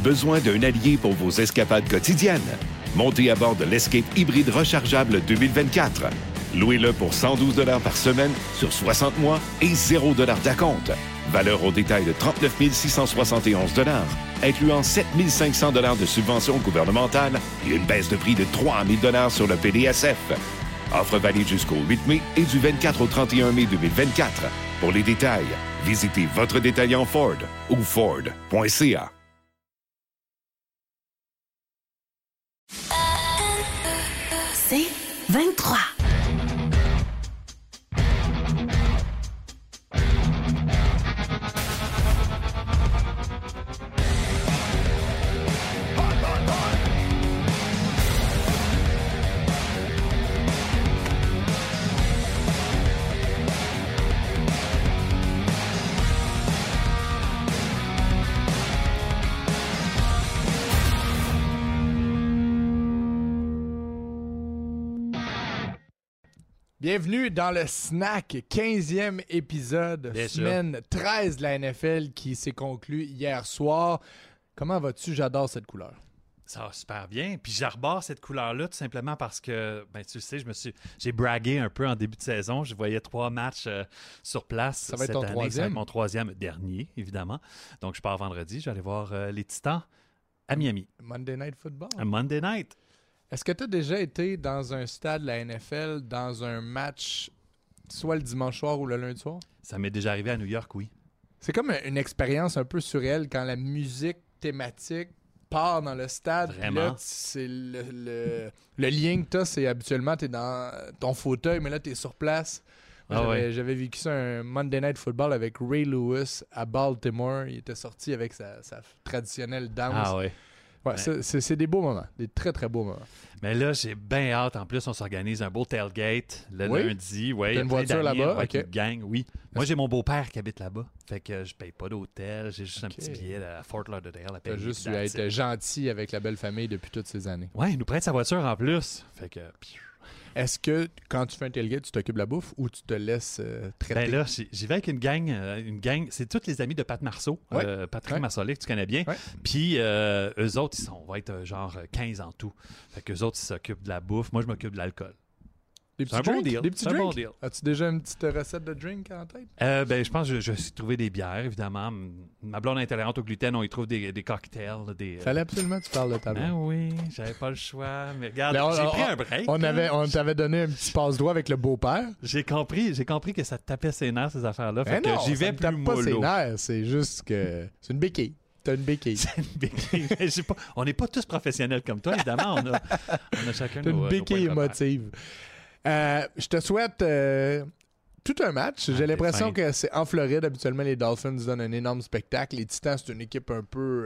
Besoin d'un allié pour vos escapades quotidiennes? Montez à bord de l'Escape hybride rechargeable 2024. Louez-le pour 112 $ par semaine sur 60 mois et 0 $ d'acompte. Valeur au détail de 39 671 $, incluant 7 500 $ de subventions gouvernementales et une baisse de prix de 3 000 $ sur le PDSF. Offre valide jusqu'au 8 mai et du 24 au 31 mai 2024. Pour les détails, visitez votre détaillant Ford ou Ford.ca. C'est 23. Bienvenue dans le Snack, 15e épisode, Bien semaine 13 de la NFL qui s'est conclue hier soir. Comment vas-tu? J'adore cette couleur. Ça va super bien. Puis j'arbore cette couleur-là tout simplement parce que, ben, tu sais, j'ai bragué un peu en début de saison. Je voyais 3 matchs sur place. Ça va être cette ton année. troisième? Ça va être mon troisième dernier, évidemment. Donc je pars vendredi. Je vais aller voir les Titans à Miami. Monday Night Football. Un Monday night. Est-ce que tu as déjà été dans un stade de la NFL, dans un match, soit le dimanche soir ou le lundi soir? Ça m'est déjà arrivé à New York, oui. C'est comme une expérience un peu surréelle quand la musique thématique part dans le stade. Puis Vraiment. là, c'est le lien que tu as, c'est habituellement, tu es dans ton fauteuil, mais là, tu es sur place. Moi, j'avais vécu ça un Monday Night Football avec Ray Lewis à Baltimore. Il était sorti avec sa traditionnelle danse. Ah ouais. Ouais, c'est des beaux moments, des très, très beaux moments. Mais là, j'ai bien hâte. En plus, on s'organise un beau tailgate le Oui? lundi. Ouais, T'as une voiture là-bas? OK. Une gang, oui. Moi, j'ai mon beau-père qui habite là-bas. Fait que je paye pas d'hôtel. J'ai juste un petit billet à Fort Lauderdale à Tu payer. as juste eu à être gentil avec la belle famille depuis toutes ces années. Ouais, il nous prête sa voiture en plus. Fait que... Est-ce que quand tu fais un tailgate, tu t'occupes de la bouffe ou tu te laisses traiter? Ben là, j'y vais avec une gang. C'est tous les amis de Pat Marceau. Ouais. Patrick Ouais. Marceaulic, que tu connais bien. Ouais. Puis eux autres, on va être genre 15 en tout. Fait qu'eux autres, ils s'occupent de la bouffe. Moi, je m'occupe de l'alcool. Des C'est petits un bon drinks? deal. Des petits C'est un bon drinks? deal. As-tu déjà une petite recette de drink en tête? Ben, je pense que je vais trouver des bières, évidemment. Ma blonde intolérante au gluten, on y trouve des cocktails. Fallait absolument que tu parles de ta Ben blonde. oui, j'avais pas le choix. Mais regarde, Mais j'ai pris un break. On t'avait donné un petit passe-droit avec le beau-père. J'ai compris que ça te tapait ses nerfs, ces affaires-là. Fait Mais que non, j'y ça vais me plus tape pas ses mollo. nerfs, c'est juste que c'est une béquille. T'as une béquille. C'est une béquille. Mais on n'est pas tous professionnels comme toi, évidemment. On a chacun T'as nos une nos béquille points de repère. émotive. Je te souhaite tout un match. J'ai t'es l'impression fin. que c'est en Floride. Habituellement, les Dolphins donnent un énorme spectacle. Les Titans, c'est une équipe un peu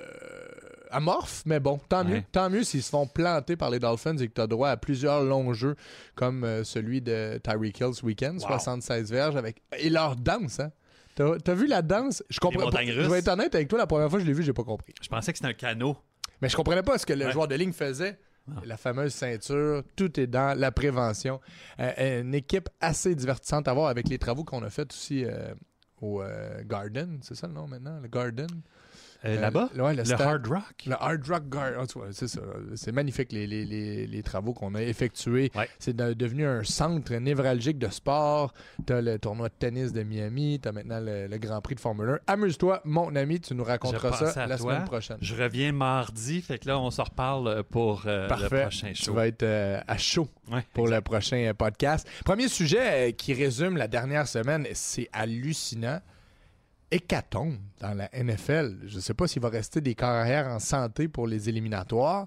amorphe, mais bon, tant mieux. Ouais. Tant mieux s'ils se font planter par les Dolphins et que tu as droit à plusieurs longs jeux comme celui de Tyreek Hill ce week-end, 76 verges et leur danse, hein? T'as vu la danse? Je comprends pas. montagnes Je russes. vais être honnête avec toi, la première fois que je l'ai vu, j'ai pas compris. Je pensais que c'était un canot. Mais je comprenais pas ce que le Ouais. joueur de ligne faisait. La fameuse ceinture, tout est dans la prévention. Une équipe assez divertissante à voir avec les travaux qu'on a fait aussi au Garden. C'est ça le nom maintenant? Le Garden? Là-bas? Ouais, Le stade- Hard Rock? Le Hard Rock Garden. Ah, tu vois, c'est ça. C'est magnifique les travaux qu'on a effectués. Ouais. C'est devenu un centre névralgique de sport. T'as le tournoi de tennis de Miami. T'as maintenant le Grand Prix de Formule 1. Amuse-toi, mon ami. Tu nous raconteras Je pensais ça à la toi. semaine prochaine. Je reviens mardi, fait que là, on se reparle pour le Parfait. prochain Tu show. vas être à chaud Ouais, pour exact. le prochain podcast. Premier sujet qui résume la dernière semaine, c'est hallucinant. Hécatombe dans la NFL. Je ne sais pas s'il va rester des carrières en santé pour les éliminatoires.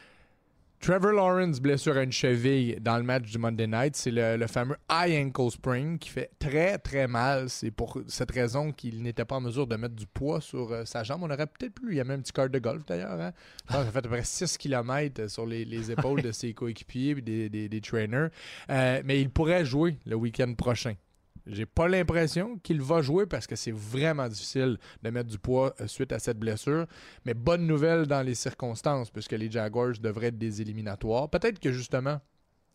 Trevor Lawrence, blessure à une cheville dans le match du Monday Night. C'est le fameux high ankle sprain qui fait très, très mal. C'est pour cette raison qu'il n'était pas en mesure de mettre du poids sur sa jambe. On aurait peut-être pu. Il y a même un petit cart de golf d'ailleurs. Hein? Je pense qu'il a fait à peu près 6 km sur les épaules de ses coéquipiers et des trainers. Mais il pourrait jouer le week-end prochain. J'ai pas l'impression qu'il va jouer parce que c'est vraiment difficile de mettre du poids suite à cette blessure. Mais bonne nouvelle dans les circonstances puisque les Jaguars devraient être des éliminatoires. Peut-être que justement,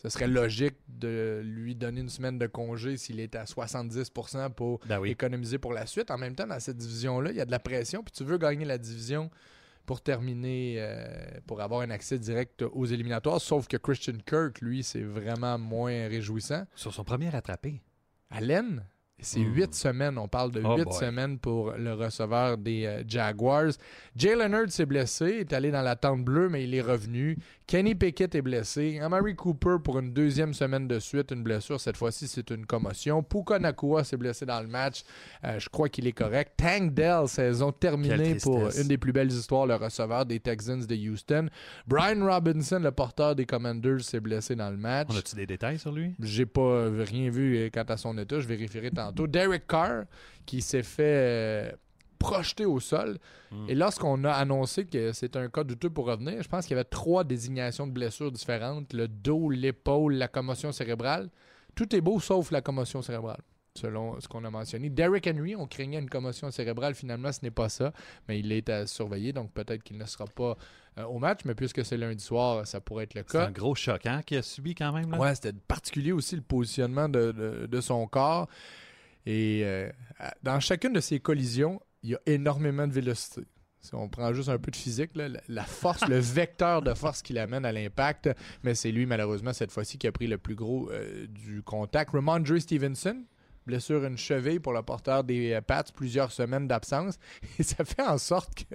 ce serait logique de lui donner une semaine de congé s'il est à 70% pour économiser pour la suite. En même temps, dans cette division-là, il y a de la pression, puis tu veux gagner la division pour terminer, pour avoir un accès direct aux éliminatoires, sauf que Christian Kirk, lui, c'est vraiment moins réjouissant. Sur son premier rattrapé. Allen, c'est 8 semaines. On parle de 8 semaines pour le receveur des Jaguars. Jalen Hurts s'est blessé, est allé dans la tente bleue, mais il est revenu. Kenny Pickett est blessé. Amari Cooper pour une deuxième semaine de suite, une blessure. Cette fois-ci, c'est une commotion. Puka Nacua s'est blessé dans le match. Je crois qu'il est correct. Tank Dell, saison terminée pour une des plus belles histoires, le receveur des Texans de Houston. Brian Robinson, le porteur des Commanders, s'est blessé dans le match. On a-tu des détails sur lui? J'ai pas rien vu quant à son état. Je vérifierai tantôt. Derek Carr, qui s'est fait projeter au sol. Et lorsqu'on a annoncé que c'était un cas douteux pour revenir, je pense qu'il y avait 3 désignations de blessures différentes. Le dos, l'épaule, la commotion cérébrale. Tout est beau sauf la commotion cérébrale, selon ce qu'on a mentionné. Derrick Henry, on craignait une commotion cérébrale. Finalement, ce n'est pas ça. Mais il est à surveiller, donc peut-être qu'il ne sera pas au match. Mais puisque c'est lundi soir, ça pourrait être le cas. C'est un gros choc qu'il a subi quand même. Là. Ouais, c'était particulier aussi le positionnement de son corps. Et dans chacune de ces collisions, il y a énormément de vélocité. Si on prend juste un peu de physique, là, la force, le vecteur de force qui l'amène à l'impact, mais c'est lui, malheureusement, cette fois-ci, qui a pris le plus gros du contact. Ramondre Stevenson, blessure une cheville pour le porteur des Pats, plusieurs semaines d'absence. Et ça fait en sorte que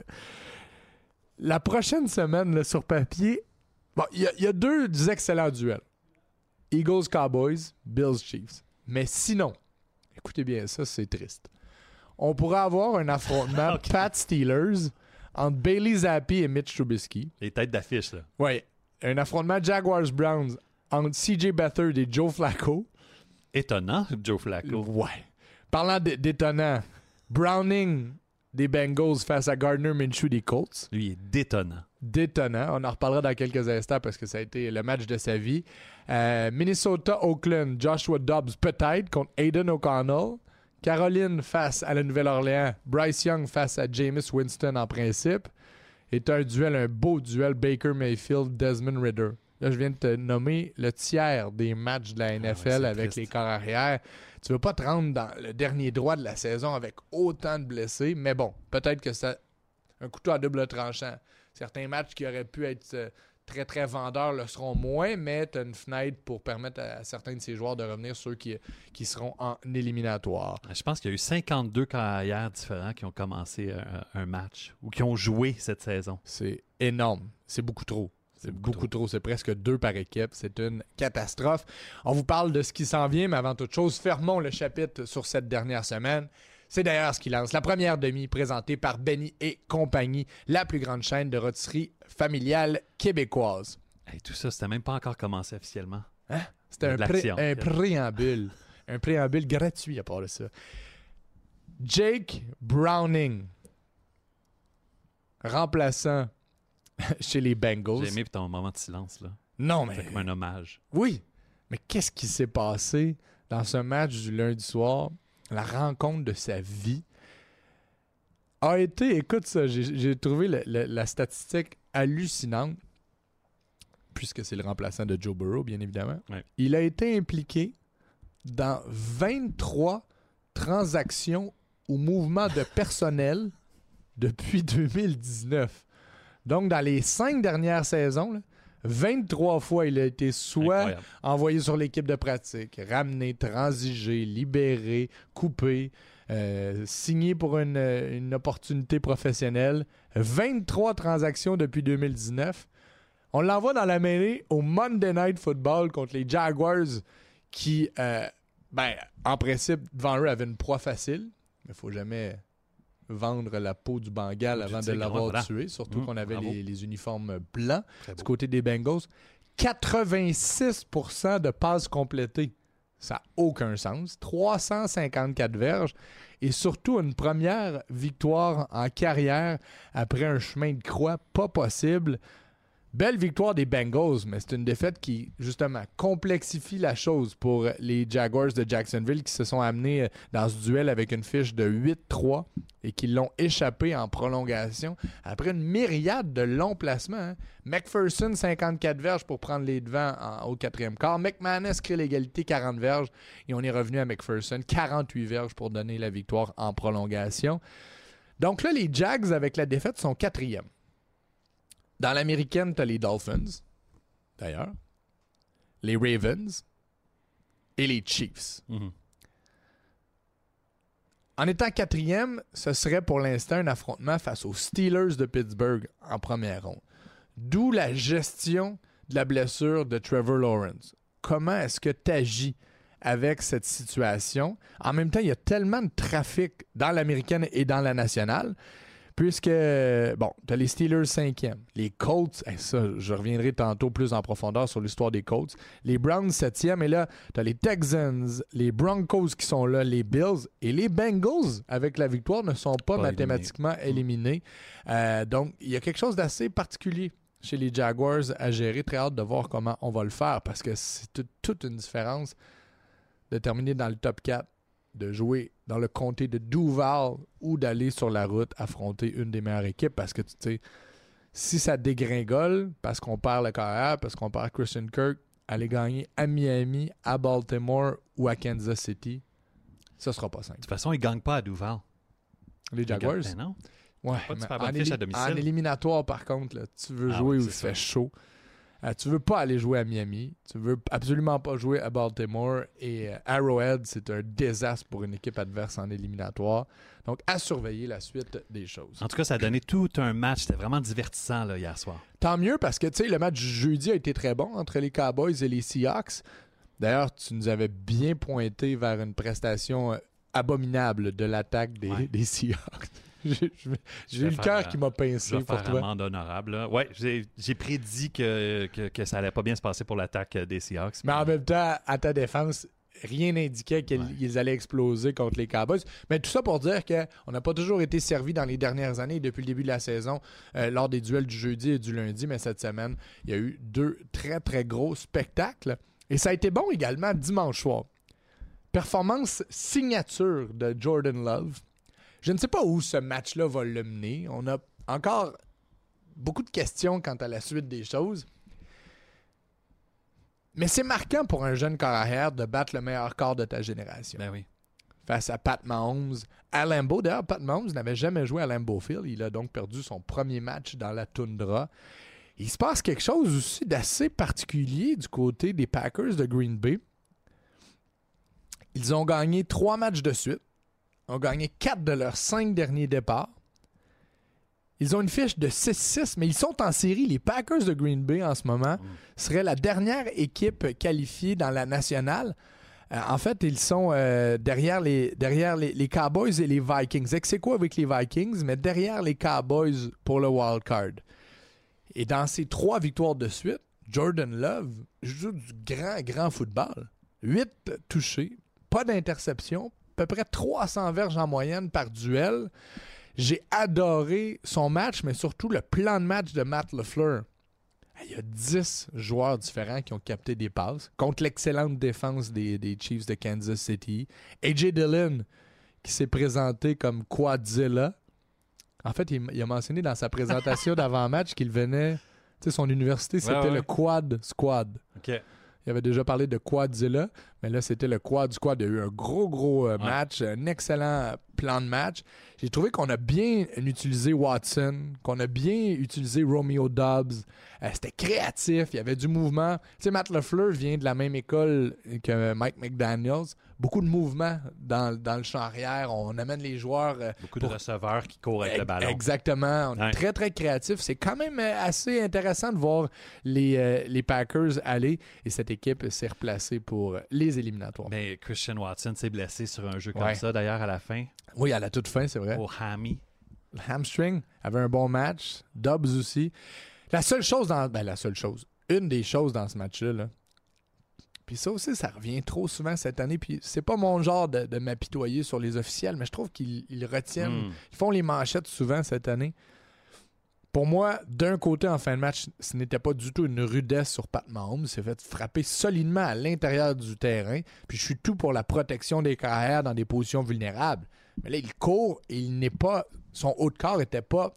la prochaine semaine, là, sur papier, bon, il y a 2 excellents duels. Eagles-Cowboys, Bills-Chiefs. Mais sinon, écoutez bien ça, c'est triste. On pourrait avoir un affrontement Pats-Steelers entre Bailey Zappi et Mitch Trubisky. Les têtes d'affiche, là. Oui. Un affrontement Jaguars-Browns entre CJ Beathard et Joe Flacco. Étonnant, Joe Flacco. Ouais. Parlant d'étonnant, Browning des Bengals face à Gardner Minshew des Colts. Lui, il est détonnant. Détonnant. On en reparlera dans quelques instants parce que ça a été le match de sa vie. Minnesota-Oakland, Joshua Dobbs peut-être contre Aiden O'Connell. Caroline face à la Nouvelle-Orléans. Bryce Young face à Jameis Winston en principe. est un duel, un beau duel Baker Mayfield-Desmond Ridder. Là, je viens de te nommer le tiers des matchs de la NFL avec les corps arrière. Tu ne veux pas te rendre dans le dernier droit de la saison avec autant de blessés, mais bon, peut-être que c'est un couteau à double tranchant. Certains matchs qui auraient pu être très, très vendeurs le seront moins, mais tu as une fenêtre pour permettre à certains de ces joueurs de revenir, ceux qui seront en éliminatoire. Je pense qu'il y a eu 52 carrières différents qui ont commencé un match ou qui ont joué cette saison. C'est énorme. C'est beaucoup trop. C'est beaucoup trop. C'est presque 2 par équipe. C'est une catastrophe. On vous parle de ce qui s'en vient, mais avant toute chose, fermons le chapitre sur cette dernière semaine. C'est d'ailleurs ce qui lance la première demi présentée par Benny et compagnie, la plus grande chaîne de rôtisserie familiale québécoise. Hey, tout ça, c'était même pas encore commencé officiellement. Hein? C'était un préambule. Un préambule gratuit à part de ça. Jake Browning, remplaçant chez les Bengals. J'ai aimé ton moment de silence, là. Non, mais... C'est comme un hommage. Oui, mais qu'est-ce qui s'est passé dans ce match du lundi soir? La rencontre de sa vie a été... Écoute ça, j'ai trouvé la statistique hallucinante, puisque c'est le remplaçant de Joe Burrow, bien évidemment. Ouais. Il a été impliqué dans 23 transactions ou mouvements de personnel depuis 2019. Donc, dans les 5 dernières saisons, là, 23 fois, il a été soit envoyé sur l'équipe de pratique, ramené, transigé, libéré, coupé, signé pour une opportunité professionnelle. 23 transactions depuis 2019. On l'envoie dans la mêlée au Monday Night Football contre les Jaguars qui, en principe, devant eux, avaient une proie facile. Mais il ne faut jamais vendre la peau du Bengal avant de l'avoir tué, surtout qu'on avait les uniformes blancs du côté des Bengals. 86% de passes complétées. Ça n'a aucun sens. 354 verges et surtout une première victoire en carrière après un chemin de croix pas possible. Belle victoire des Bengals, mais c'est une défaite qui, justement, complexifie la chose pour les Jaguars de Jacksonville qui se sont amenés dans ce duel avec une fiche de 8-3 et qui l'ont échappé en prolongation après une myriade de longs placements. Hein. McPherson, 54 verges pour prendre les devants au quatrième quart. McManus crée l'égalité, 40 verges. Et on est revenu à McPherson, 48 verges pour donner la victoire en prolongation. Donc là, les Jags, avec la défaite, sont quatrièmes. Dans l'américaine, tu as les Dolphins, d'ailleurs, les Ravens et les Chiefs. Mm-hmm. En étant quatrième, ce serait pour l'instant un affrontement face aux Steelers de Pittsburgh en première ronde. D'où la gestion de la blessure de Trevor Lawrence. Comment est-ce que tu agis avec cette situation? En même temps, il y a tellement de trafic dans l'américaine et dans la nationale. Puisque, bon, tu as les Steelers 5e, les Colts, ça, je reviendrai tantôt plus en profondeur sur l'histoire des Colts, les Browns 7e, et là, tu as les Texans, les Broncos qui sont là, les Bills, et les Bengals, avec la victoire, ne sont pas mathématiquement éliminés. Donc, il y a quelque chose d'assez particulier chez les Jaguars à gérer. Très hâte de voir comment on va le faire, parce que c'est toute une différence de terminer dans le top 4, de jouer dans le comté de Duval ou d'aller sur la route affronter une des meilleures équipes, parce que tu sais, si ça dégringole, parce qu'on perd le carrière, parce qu'on perd Christian Kirk, aller gagner à Miami, à Baltimore ou à Kansas City, ça sera pas simple. De toute façon, ils ne gagnent pas à Duval. Les Jaguars? Non. Ouais, en éliminatoire, par contre, là, tu veux jouer où il fait chaud. Tu veux pas aller jouer à Miami. Tu veux absolument pas jouer à Baltimore. Et Arrowhead, c'est un désastre pour une équipe adverse en éliminatoire. Donc, à surveiller la suite des choses. En tout cas, ça a donné tout un match. C'était vraiment divertissant là, hier soir. Tant mieux, parce que tu sais, le match jeudi a été très bon entre les Cowboys et les Seahawks. D'ailleurs, tu nous avais bien pointé vers une prestation abominable de l'attaque des Seahawks. J'ai eu le cœur qui m'a pincé pour toi. Amende honorable. Oui, j'ai prédit que ça allait pas bien se passer pour l'attaque des Seahawks. Mais en même temps, à ta défense, rien n'indiquait qu'ils allaient exploser contre les Cowboys. Mais tout ça pour dire qu'on n'a pas toujours été servi dans les dernières années, depuis le début de la saison, lors des duels du jeudi et du lundi. Mais cette semaine, il y a eu 2 très, très gros spectacles. Et ça a été bon également dimanche soir. Performance signature de Jordan Love. Je ne sais pas où ce match-là va le mener. On a encore beaucoup de questions quant à la suite des choses. Mais c'est marquant pour un jeune corps arrière de battre le meilleur corps de ta génération. Ben oui. Face à Pat Mahomes à Lambeau. D'ailleurs, Pat Mahomes n'avait jamais joué à Lambeau Field. Il a donc perdu son premier match dans la toundra. Il se passe quelque chose aussi d'assez particulier du côté des Packers de Green Bay. Ils ont gagné 3 matchs de suite. Ont gagné 4 de leurs 5 derniers départs. Ils ont une fiche de 6-6, mais ils sont en série. Les Packers de Green Bay, en ce moment, seraient la dernière équipe qualifiée dans la nationale. En fait, ils sont derrière les Cowboys et les Vikings. C'est quoi avec les Vikings, mais derrière les Cowboys pour le wild card. Et dans ces 3 victoires de suite, Jordan Love joue du grand football. 8 touchés, pas d'interception, à peu près 300 verges en moyenne par duel. J'ai adoré son match, mais surtout le plan de match de Matt LaFleur. Il y a 10 joueurs différents qui ont capté des passes contre l'excellente défense des Chiefs de Kansas City. A.J. Dillon, qui s'est présenté comme Quadzilla. En fait, il a mentionné dans sa présentation d'avant-match qu'il venait... Tu sais, son université, c'était le Quad Squad. OK. Il avait déjà parlé de Quadzilla, mais là, c'était le Quad Squad. Il y a eu un gros match, un excellent plan de match. J'ai trouvé qu'on a bien utilisé Watson, qu'on a bien utilisé Romeo Doubs. C'était créatif, il y avait du mouvement. Tu sais, Matt LaFleur vient de la même école que Mike McDaniels. Beaucoup de mouvement dans le champ arrière. On amène les joueurs... Beaucoup de receveurs qui courent avec le ballon. Exactement. On est très, très créatif. C'est quand même assez intéressant de voir les Packers aller. Et cette équipe s'est replacée pour les éliminatoires. Mais Christian Watson s'est blessé sur un jeu comme ça, d'ailleurs, à la fin. Oui, à la toute fin, c'est vrai. Au hammy. Le hamstring avait un bon match. Dobbs aussi. Une des choses dans ce match-là, là, puis ça aussi, ça revient trop souvent cette année. Puis c'est pas mon genre de m'apitoyer sur les officiels, mais je trouve qu'ils retiennent. Ils font les manchettes souvent cette année. Pour moi, d'un côté, en fin de match, ce n'était pas du tout une rudesse sur Pat Mahomes. Il s'est fait frapper solidement à l'intérieur du terrain. Puis je suis tout pour la protection des carrières dans des positions vulnérables. Mais là, il court et il n'est pas... Son haut de corps n'était pas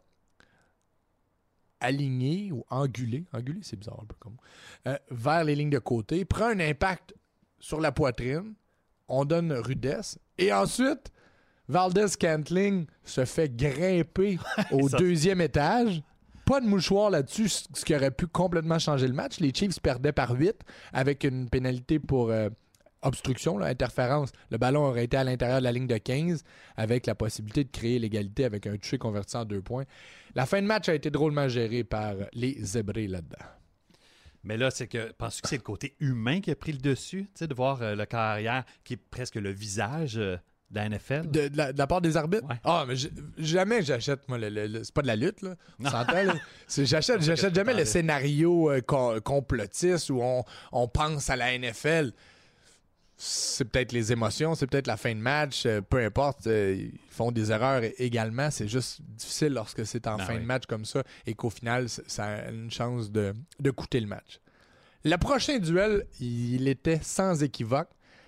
aligné ou angulé. Angulé, c'est bizarre un peu comme... vers les lignes de côté. Il prend un impact sur la poitrine. On donne rudesse. Et ensuite, Valdez-Scantling se fait grimper au deuxième étage. Pas de mouchoir là-dessus, ce qui aurait pu complètement changer le match. Les Chiefs perdaient par 8 avec une pénalité pour obstruction, là, interférence. Le ballon aurait été à l'intérieur de la ligne de 15 avec la possibilité de créer l'égalité avec un touché converti en 2 points. La fin de match a été drôlement gérée par les Zébrés là-dedans. Mais là, penses-tu que c'est le côté humain qui a pris le dessus? Tu sais, de voir le carrière qui est presque le visage... de la NFL? De la part des arbitres? Ouais. Ah, mais jamais j'achète, moi, c'est pas de la lutte, là. On s'entend, là. J'achète jamais le scénario complotiste où on pense à la NFL. C'est peut-être les émotions, c'est peut-être la fin de match, peu importe. Ils font des erreurs également. C'est juste difficile lorsque c'est en fin de match comme ça et qu'au final, ça a une chance de coûter le match. Le prochain duel, il était sans équivoque.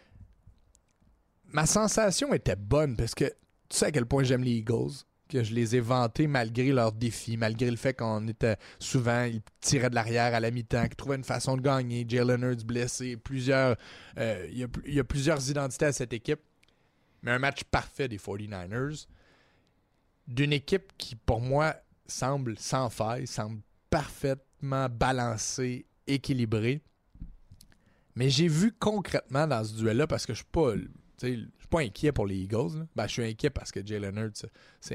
Ma sensation était bonne parce que tu sais à quel point j'aime les Eagles, que je les ai vantés malgré leurs défis, malgré le fait qu'on était souvent, ils tiraient de l'arrière à la mi-temps, qu'ils trouvaient une façon de gagner. Jalen Hurts blessé, il y a plusieurs identités à cette équipe. Mais un match parfait des 49ers, d'une équipe qui, pour moi, semble sans faille, semble parfaitement balancée, équilibrée. Mais j'ai vu concrètement dans ce duel-là, parce que je suis pas inquiet pour les Eagles. Ben, je suis inquiet parce que Jalen Hurts, c'est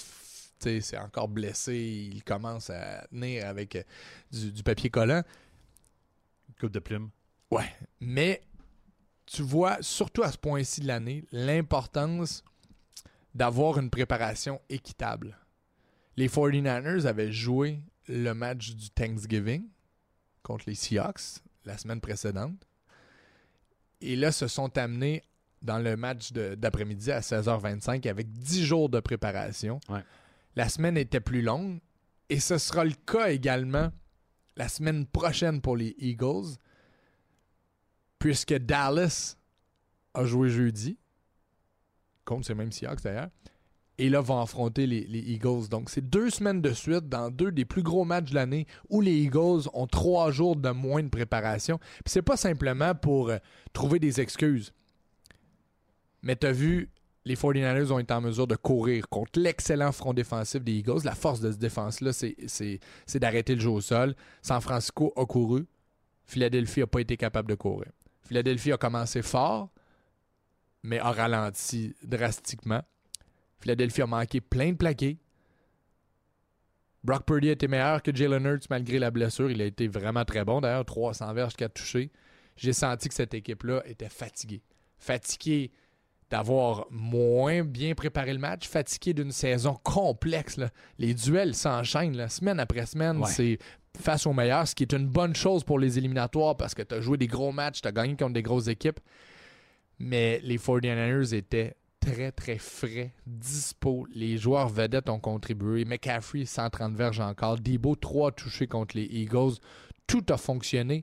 encore blessé. Il commence à tenir avec du papier collant. Une coupe de plume. Ouais, mais tu vois, surtout à ce point-ci de l'année, l'importance d'avoir une préparation équitable. Les 49ers avaient joué le match du Thanksgiving contre les Seahawks la semaine précédente. Et là, se sont amenés dans le match d'après-midi à 16h25 avec 10 jours de préparation. Ouais. La semaine était plus longue et ce sera le cas également la semaine prochaine pour les Eagles puisque Dallas a joué jeudi contre ces mêmes Seahawks d'ailleurs et là vont affronter les Eagles. Donc c'est 2 semaines de suite dans 2 des plus gros matchs de l'année où les Eagles ont 3 jours de moins de préparation. Puis c'est pas simplement pour trouver des excuses. Mais tu as vu, les 49ers ont été en mesure de courir contre l'excellent front défensif des Eagles. La force de cette défense-là, c'est d'arrêter le jeu au sol. San Francisco a couru. Philadelphie n'a pas été capable de courir. Philadelphie a commencé fort, mais a ralenti drastiquement. Philadelphie a manqué plein de plaqués. Brock Purdy a été meilleur que Jalen Hurts malgré la blessure. Il a été vraiment très bon. D'ailleurs, 300 verges, 4 touchés. J'ai senti que cette équipe-là était fatiguée. Fatiguée d'avoir moins bien préparé le match, fatigué d'une saison complexe. Là. Les duels s'enchaînent là, semaine après semaine. Ouais. C'est face aux meilleurs, ce qui est une bonne chose pour les éliminatoires parce que tu as joué des gros matchs, tu as gagné contre des grosses équipes. Mais les 49ers étaient très, très frais, dispo. Les joueurs vedettes ont contribué. McCaffrey, 130 verges encore. Debo, 3 touchés contre les Eagles. Tout a fonctionné.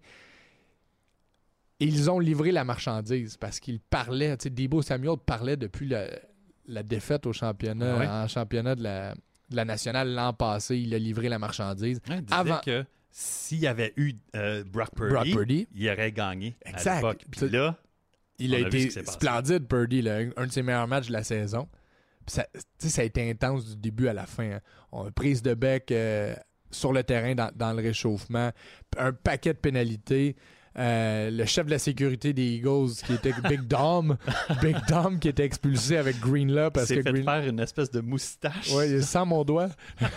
Et ils ont livré la marchandise parce qu'ils parlaient. Debo Samuel parlait depuis la défaite au championnat, en championnat de la nationale l'an passé. Il a livré la marchandise. Ouais, il disait que s'il y avait eu Brock Purdy, il aurait gagné exact. À l'époque. Puis là, il a été splendide, Purdy, là, un de ses meilleurs matchs de la saison. Puis ça a été intense du début à la fin. Hein. Prise de bec sur le terrain dans le réchauffement, un paquet de pénalités. Le chef de la sécurité des Eagles qui était Big Dom qui était expulsé avec Greenlaw parce que fait faire une espèce de moustache. Ouais, sans mon doigt.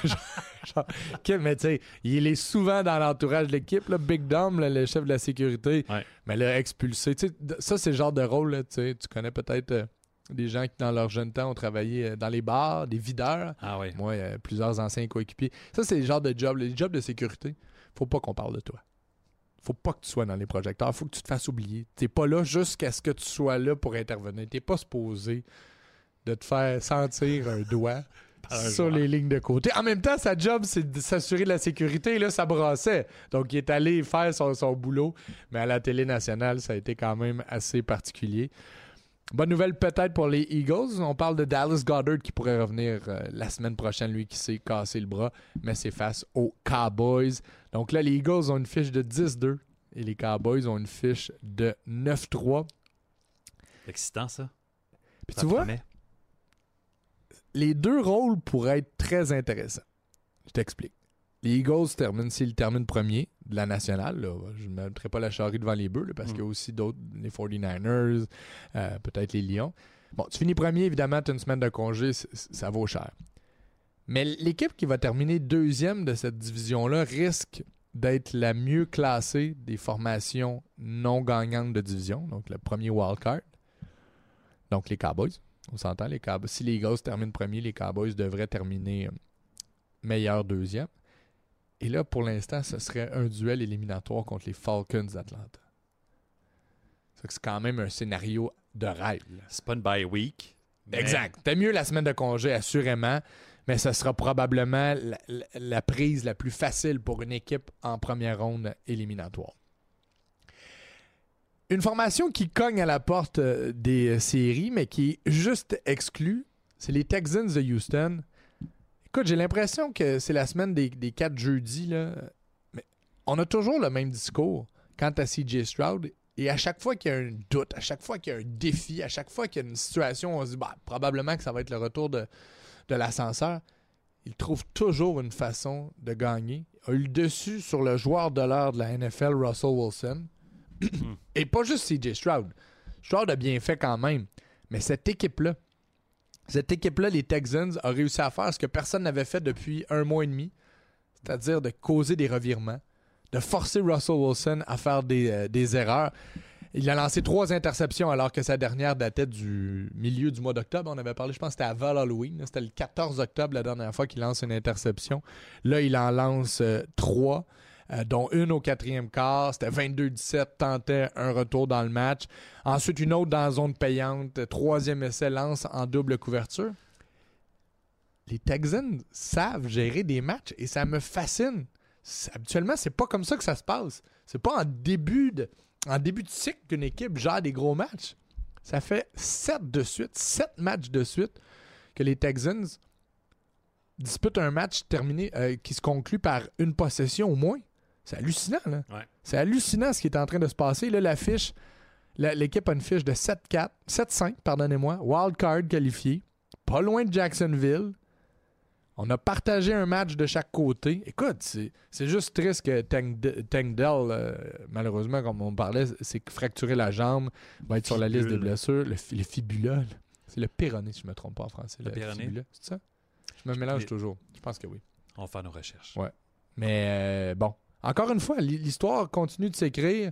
Mais tu sais, il est souvent dans l'entourage de l'équipe, là, Big Dom, là, le chef de la sécurité. Ouais. Mais là, expulsé. Ça, c'est le genre de rôle, là, tu connais peut-être des gens qui, dans leur jeune temps, ont travaillé dans les bars, des videurs. Ah oui. Moi, plusieurs anciens coéquipiers. Ça, c'est le genre de job. Les jobs de sécurité, faut pas qu'on parle de toi. Faut pas que tu sois dans les projecteurs. Faut que tu te fasses oublier. T'es pas là jusqu'à ce que tu sois là pour intervenir. T'es pas supposé de te faire sentir un doigt sur les lignes de côté. En même temps, sa job, c'est de s'assurer de la sécurité. Et là, ça brassait. Donc, il est allé faire son boulot. Mais à la télé nationale, ça a été quand même assez particulier. Bonne nouvelle peut-être pour les Eagles. On parle de Dallas Goedert qui pourrait revenir la semaine prochaine, lui qui s'est cassé le bras, mais c'est face aux Cowboys. Donc là, les Eagles ont une fiche de 10-2 et les Cowboys ont une fiche de 9-3. C'est excitant, ça. Puis tu vois, les deux rôles pourraient être très intéressants. Je t'explique. Les Eagles s'ils terminent premier de la nationale, là, je ne mettrai pas la charrue devant les bœufs là, parce qu'il y a aussi d'autres, les 49ers, peut-être les Lions. Bon, tu finis premier, évidemment, tu as une semaine de congé, ça vaut cher. Mais l'équipe qui va terminer deuxième de cette division-là risque d'être la mieux classée des formations non gagnantes de division, donc le premier wildcard. Donc les Cowboys, on s'entend, les Cowboys. Si les Eagles terminent premier, les Cowboys devraient terminer meilleur deuxième. Et là, pour l'instant, ce serait un duel éliminatoire contre les Falcons d'Atlanta. C'est quand même un scénario de rêve. Là. C'est pas une bye week. Mais... Exact. T'as mieux la semaine de congé, assurément, mais ce sera probablement la prise la plus facile pour une équipe en première ronde éliminatoire. Une formation qui cogne à la porte des séries, mais qui est juste exclue, c'est les Texans de Houston. Écoute, j'ai l'impression que c'est la semaine des 4 jeudis, là. Mais on a toujours le même discours quant à CJ Stroud. Et à chaque fois qu'il y a un doute, à chaque fois qu'il y a un défi, à chaque fois qu'il y a une situation où on se dit probablement que ça va être le retour de l'ascenseur, il trouve toujours une façon de gagner. Il a eu le dessus sur le joueur de l'heure de la NFL, Russell Wilson. Et pas juste CJ Stroud. Stroud a bien fait quand même. Mais cette équipe-là, les Texans, a réussi à faire ce que personne n'avait fait depuis 1 mois et demi, c'est-à-dire de causer des revirements, de forcer Russell Wilson à faire des erreurs. Il a lancé 3 interceptions alors que sa dernière datait du milieu du mois d'octobre. On avait parlé, je pense que c'était avant Halloween. C'était le 14 octobre la dernière fois qu'il lance une interception. Là, il en lance 3. Dont une au 4e quart. C'était 22-17, tentait un retour dans le match. Ensuite, une autre dans la zone payante. 3e essai, lance en double couverture. Les Texans savent gérer des matchs et ça me fascine. Habituellement, c'est pas comme ça que ça se passe. C'est pas en début de cycle qu'une équipe gère des gros matchs. Ça fait 7 matchs de suite que les Texans disputent un match terminé qui se conclut par une possession au moins. C'est hallucinant, là. Ouais. C'est hallucinant ce qui est en train de se passer. Là, l'équipe a une fiche de 7-5, pardonnez-moi. Wild card qualifié. Pas loin de Jacksonville. On a partagé un match de chaque côté. Écoute, c'est juste triste que Tank Dell, malheureusement, comme on parlait, s'est fracturé la jambe. Va être sur la liste des blessures. Le fibula, là. C'est le péroné, si je ne me trompe pas en français. Le péroné? Fibula. C'est ça? Je me mélange toujours. Je pense que oui. On va faire nos recherches. Ouais. Mais bon. Encore une fois, l'histoire continue de s'écrire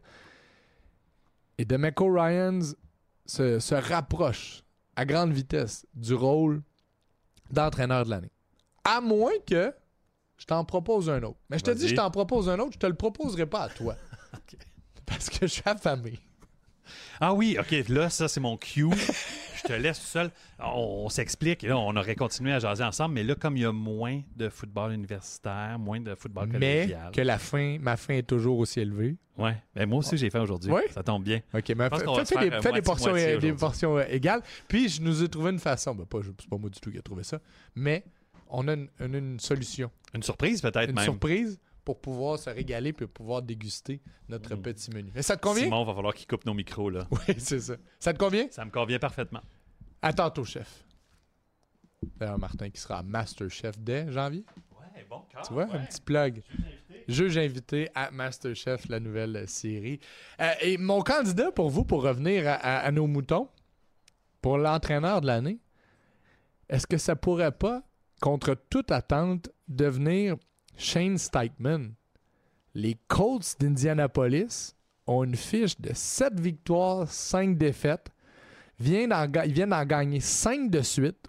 et DeMeco Ryans se rapproche à grande vitesse du rôle d'entraîneur de l'année. À moins que je t'en propose un autre. Mais je te dis, je t'en propose un autre, je te le proposerai pas à toi. Okay. Parce que je suis affamé. Ah oui, OK, là, ça, c'est mon cue. Je te laisse tout seul. On s'explique. Là, on aurait continué à jaser ensemble, mais là, comme il y a moins de football universitaire, moins de football collégial... Mais que ma faim est toujours aussi élevée. Oui, mais moi aussi, j'ai faim aujourd'hui. Oui? Ça tombe bien. OK, mais fais des portions égales. Puis, je nous ai trouvé une façon. C'est pas moi du tout qui a trouvé ça. Mais on a une solution. Une surprise, peut-être même. Une surprise pour pouvoir se régaler et pouvoir déguster notre petit menu. Mais ça te convient? Simon, va falloir qu'il coupe nos micros, là. Oui, c'est ça. Ça te convient? Ça me convient parfaitement. À tantôt, chef. D'ailleurs, Martin qui sera Masterchef dès janvier. Ouais, bon, tu vois, un petit plug. Juge invité à Masterchef, la nouvelle série. Et mon candidat pour vous, pour revenir à nos moutons, pour l'entraîneur de l'année, est-ce que ça pourrait pas, contre toute attente, devenir Shane Steichman? Les Colts d'Indianapolis ont une fiche de 7 victoires, 5 défaites. Ils viennent d'en gagner 5 de suite.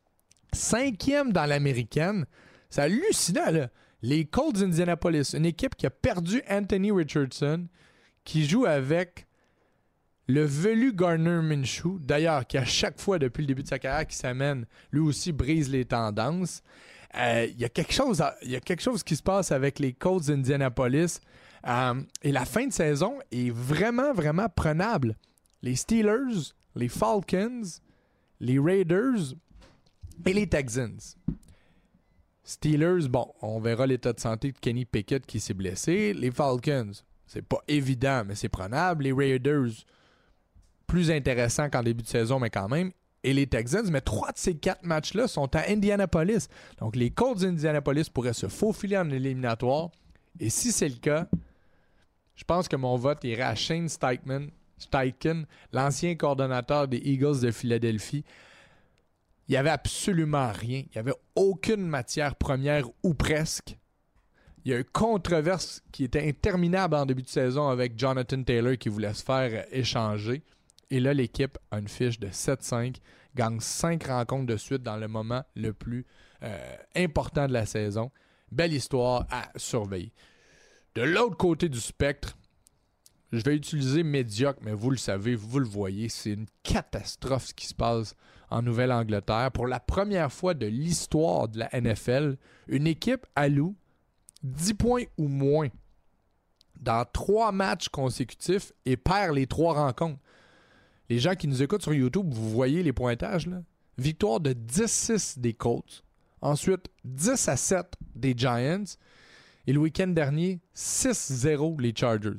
5e dans l'américaine. C'est hallucinant, là. Les Colts d'Indianapolis, une équipe qui a perdu Anthony Richardson, qui joue avec Le velu Gardner Minshew, d'ailleurs, qui à chaque fois depuis le début de sa carrière qui s'amène, lui aussi brise les tendances. Il y a quelque chose qui se passe avec les Colts d'Indianapolis. Et la fin de saison est vraiment, vraiment prenable. Les Steelers, les Falcons, les Raiders et les Texans. Steelers, bon, on verra l'état de santé de Kenny Pickett qui s'est blessé. Les Falcons, c'est pas évident, mais c'est prenable. Les Raiders, plus intéressant qu'en début de saison, mais quand même. Et les Texans, mais 3 de ces 4 matchs-là sont à Indianapolis. Donc, les Colts d'Indianapolis pourraient se faufiler en éliminatoire. Et si c'est le cas, je pense que mon vote irait à Shane Steichen, l'ancien coordonnateur des Eagles de Philadelphie. Il n'y avait absolument rien. Il n'y avait aucune matière première ou presque. Il y a eu une controverse qui était interminable en début de saison avec Jonathan Taylor qui voulait se faire échanger. Et là, l'équipe a une fiche de 7-5, gagne 5 rencontres de suite dans le moment le plus important de la saison. Belle histoire à surveiller. De l'autre côté du spectre, je vais utiliser médiocre, mais vous le savez, vous le voyez, c'est une catastrophe ce qui se passe en Nouvelle-Angleterre. Pour la première fois de l'histoire de la NFL, une équipe alloue 10 points ou moins dans 3 matchs consécutifs et perd les 3 rencontres. Les gens qui nous écoutent sur YouTube, vous voyez les pointages, là? Victoire de 10-6 des Colts. Ensuite, 10-7 des Giants. Et le week-end dernier, 6-0 les Chargers.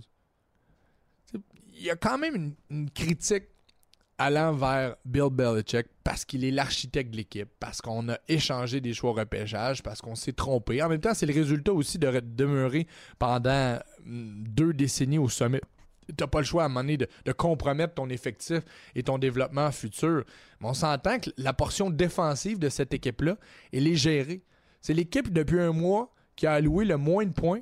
Il y a quand même une critique allant vers Bill Belichick parce qu'il est l'architecte de l'équipe, parce qu'on a échangé des choix au repêchage, parce qu'on s'est trompé. En même temps, c'est le résultat aussi de demeurer pendant 2 décennies au sommet. Tu n'as pas le choix à un moment donné de compromettre ton effectif et ton développement futur. Mais on s'entend que la portion défensive de cette équipe-là, elle est gérée. C'est l'équipe depuis un mois qui a alloué le moins de points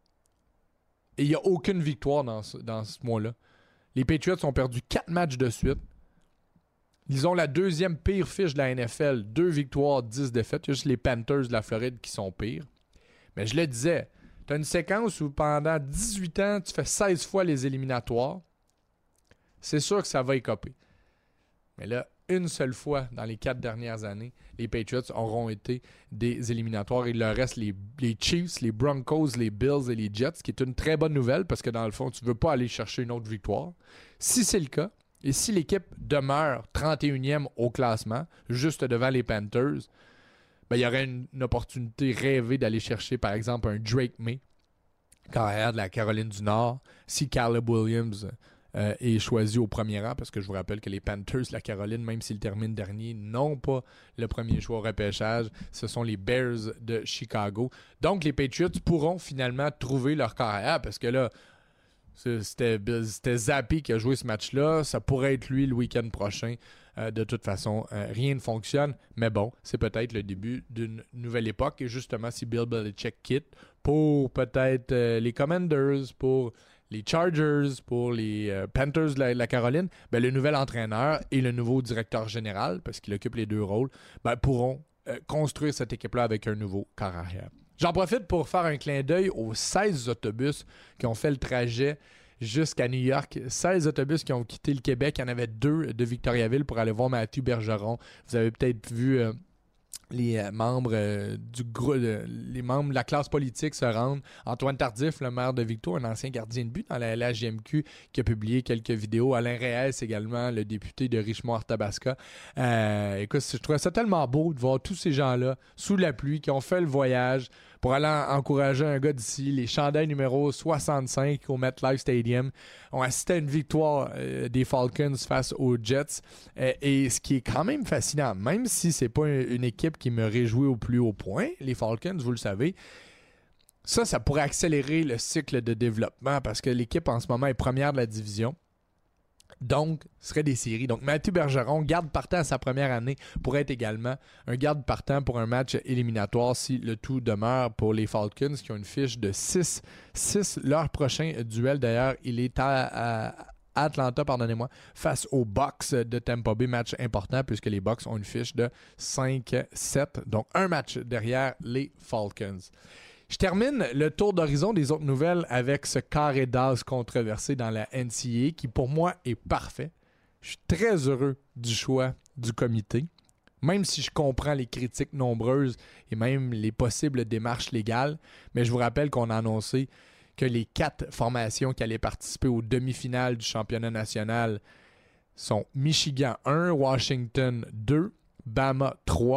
et il n'y a aucune victoire dans ce mois-là. Les Patriots ont perdu 4 matchs de suite. Ils ont la 2e pire fiche de la NFL. 2 victoires, 10 défaites. Il y a juste les Panthers de la Floride qui sont pires. Mais je le disais, tu as une séquence où pendant 18 ans, tu fais 16 fois les éliminatoires. C'est sûr que ça va écoper. Mais là, une seule fois dans les 4 dernières années, les Patriots auront été des éliminatoires. Il leur reste les Chiefs, les Broncos, les Bills et les Jets, ce qui est une très bonne nouvelle parce que dans le fond, tu ne veux pas aller chercher une autre victoire. Si c'est le cas, et si l'équipe demeure 31e au classement, juste devant les Panthers, ben, il y aurait une opportunité rêvée d'aller chercher, par exemple, un Drake May, carrière de la Caroline du Nord, si Caleb Williams est choisi au premier rang, parce que je vous rappelle que les Panthers de la Caroline, même s'ils terminent dernier, n'ont pas le premier choix au repêchage. Ce sont les Bears de Chicago. Donc, les Patriots pourront finalement trouver leur carrière, parce que là, c'était Zappy qui a joué ce match-là. Ça pourrait être lui le week-end prochain. De toute façon, rien ne fonctionne. Mais bon, c'est peut-être le début d'une nouvelle époque. Et justement, si Bill Belichick quitte pour peut-être les Commanders, pour les Chargers, pour les Panthers de la Caroline, ben, le nouvel entraîneur et le nouveau directeur général, parce qu'il occupe les 2 rôles, ben, pourront construire cette équipe-là avec un nouveau corps arrière. J'en profite pour faire un clin d'œil aux 16 autobus qui ont fait le trajet jusqu'à New York. 16 autobus qui ont quitté le Québec. Il y en avait 2 de Victoriaville pour aller voir Mathieu Bergeron. Vous avez peut-être vu les membres du groupe, les membres de la classe politique se rendent. Antoine Tardif, le maire de Victo, un ancien gardien de but dans la LHJMQ, qui a publié quelques vidéos. Alain Reyes également, le député de Richemont-Arthabasca. Écoute, je trouvais ça tellement beau de voir tous ces gens-là sous la pluie qui ont fait le voyage pour aller encourager un gars d'ici. Les chandails numéro 65 au MetLife Stadium ont assisté à une victoire des Falcons face aux Jets. Et ce qui est quand même fascinant, même si c'est pas une équipe qui me réjouit au plus haut point, les Falcons, vous le savez, ça pourrait accélérer le cycle de développement parce que l'équipe en ce moment est première de la division. Donc, ce serait des séries. Donc, Mathieu Bergeron, garde partant à sa première année, pourrait être également un garde partant pour un match éliminatoire si le tout demeure pour les Falcons qui ont une fiche de 6. Leur prochain duel, d'ailleurs, il est à Atlanta, face aux Bucks de Tampa Bay, match important puisque les Bucks ont une fiche de 5-7. Donc, un match derrière les Falcons. Je termine le tour d'horizon des autres nouvelles avec ce carré d'as controversé dans la NCAA qui, pour moi, est parfait. Je suis très heureux du choix du comité, même si je comprends les critiques nombreuses et même les possibles démarches légales. Mais je vous rappelle qu'on a annoncé que les 4 formations qui allaient participer aux demi-finales du championnat national sont Michigan 1, Washington 2, Bama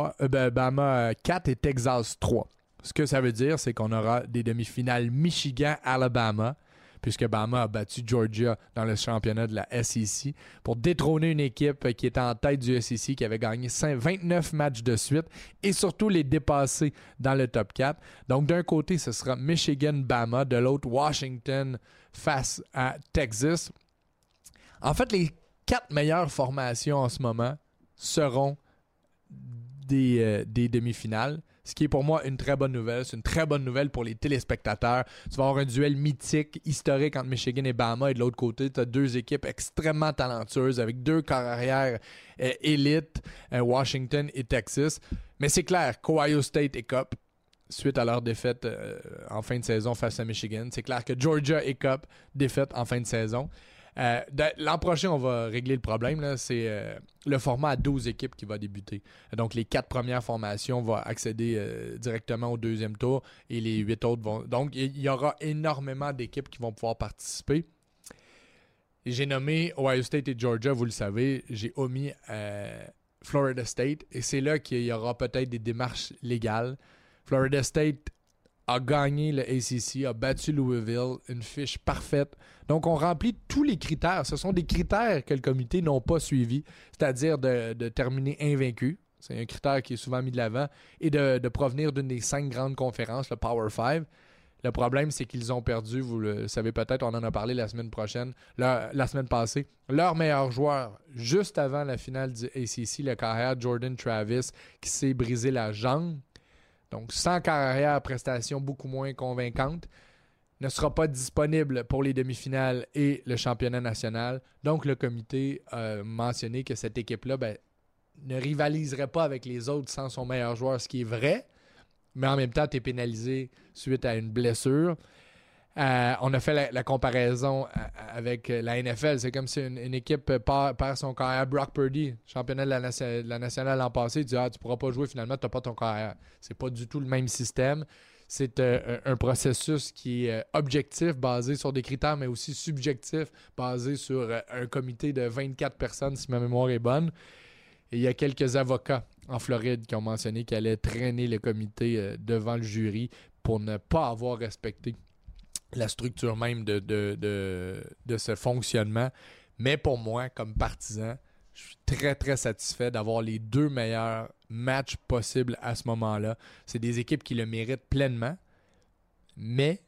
4 et Texas 3. Ce que ça veut dire, c'est qu'on aura des demi-finales Michigan-Alabama, puisque Bama a battu Georgia dans le championnat de la SEC, pour détrôner une équipe qui était en tête du SEC, qui avait gagné 29 matchs de suite, et surtout les dépasser dans le top 4. Donc d'un côté, ce sera Michigan-Bama, de l'autre, Washington face à Texas. En fait, les 4 meilleures formations en ce moment seront des demi-finales. Ce qui est pour moi une très bonne nouvelle. C'est une très bonne nouvelle pour les téléspectateurs. Tu vas avoir un duel mythique, historique entre Michigan et Bama. Et de l'autre côté, tu as 2 équipes extrêmement talentueuses avec 2 corps arrière élites, Washington et Texas. Mais c'est clair qu'Ohio State écope suite à leur défaite en fin de saison face à Michigan. C'est clair que Georgia écope, défaite en fin de saison. L'an prochain, on va régler le problème. Là. C'est le format à 12 équipes qui va débuter. Donc, les 4 premières formations vont accéder directement au deuxième tour et les 8 autres vont... Donc, il y aura énormément d'équipes qui vont pouvoir participer. Et j'ai nommé Ohio State et Georgia, vous le savez. J'ai omis Florida State et c'est là qu'il y aura peut-être des démarches légales. Florida State a gagné le ACC, a battu Louisville, une fiche parfaite. Donc, on remplit tous les critères. Ce sont des critères que le comité n'ont pas suivis, c'est-à-dire de terminer invaincu. C'est un critère qui est souvent mis de l'avant. Et de provenir d'une des 5 grandes conférences, le Power 5. Le problème, c'est qu'ils ont perdu, vous le savez peut-être, on en a parlé la semaine passée, leur meilleur joueur, juste avant la finale du ACC, le carrière Jordan Travis, qui s'est brisé la jambe. Donc, sans carrière, prestation beaucoup moins convaincante, ne sera pas disponible pour les demi-finales et le championnat national. Donc, le comité a mentionné que cette équipe-là ne rivaliserait pas avec les autres sans son meilleur joueur, ce qui est vrai, mais en même temps, tu es pénalisé suite à une blessure. On a fait la comparaison avec la NFL. C'est comme si une équipe perd son carrière. Brock Purdy, championnat de la nationale l'an passé, tu dis tu pourras pas jouer finalement, tu n'as pas ton carrière. C'est pas du tout le même système. C'est un processus qui est objectif, basé sur des critères, mais aussi subjectif, basé sur un comité de 24 personnes, si ma mémoire est bonne. Et il y a quelques avocats en Floride qui ont mentionné qu'ils allaient traîner le comité devant le jury pour ne pas avoir respecté la structure même de ce fonctionnement. Mais pour moi, comme partisan, je suis très, très satisfait d'avoir les 2 meilleurs matchs possibles à ce moment-là. C'est des équipes qui le méritent pleinement, mais,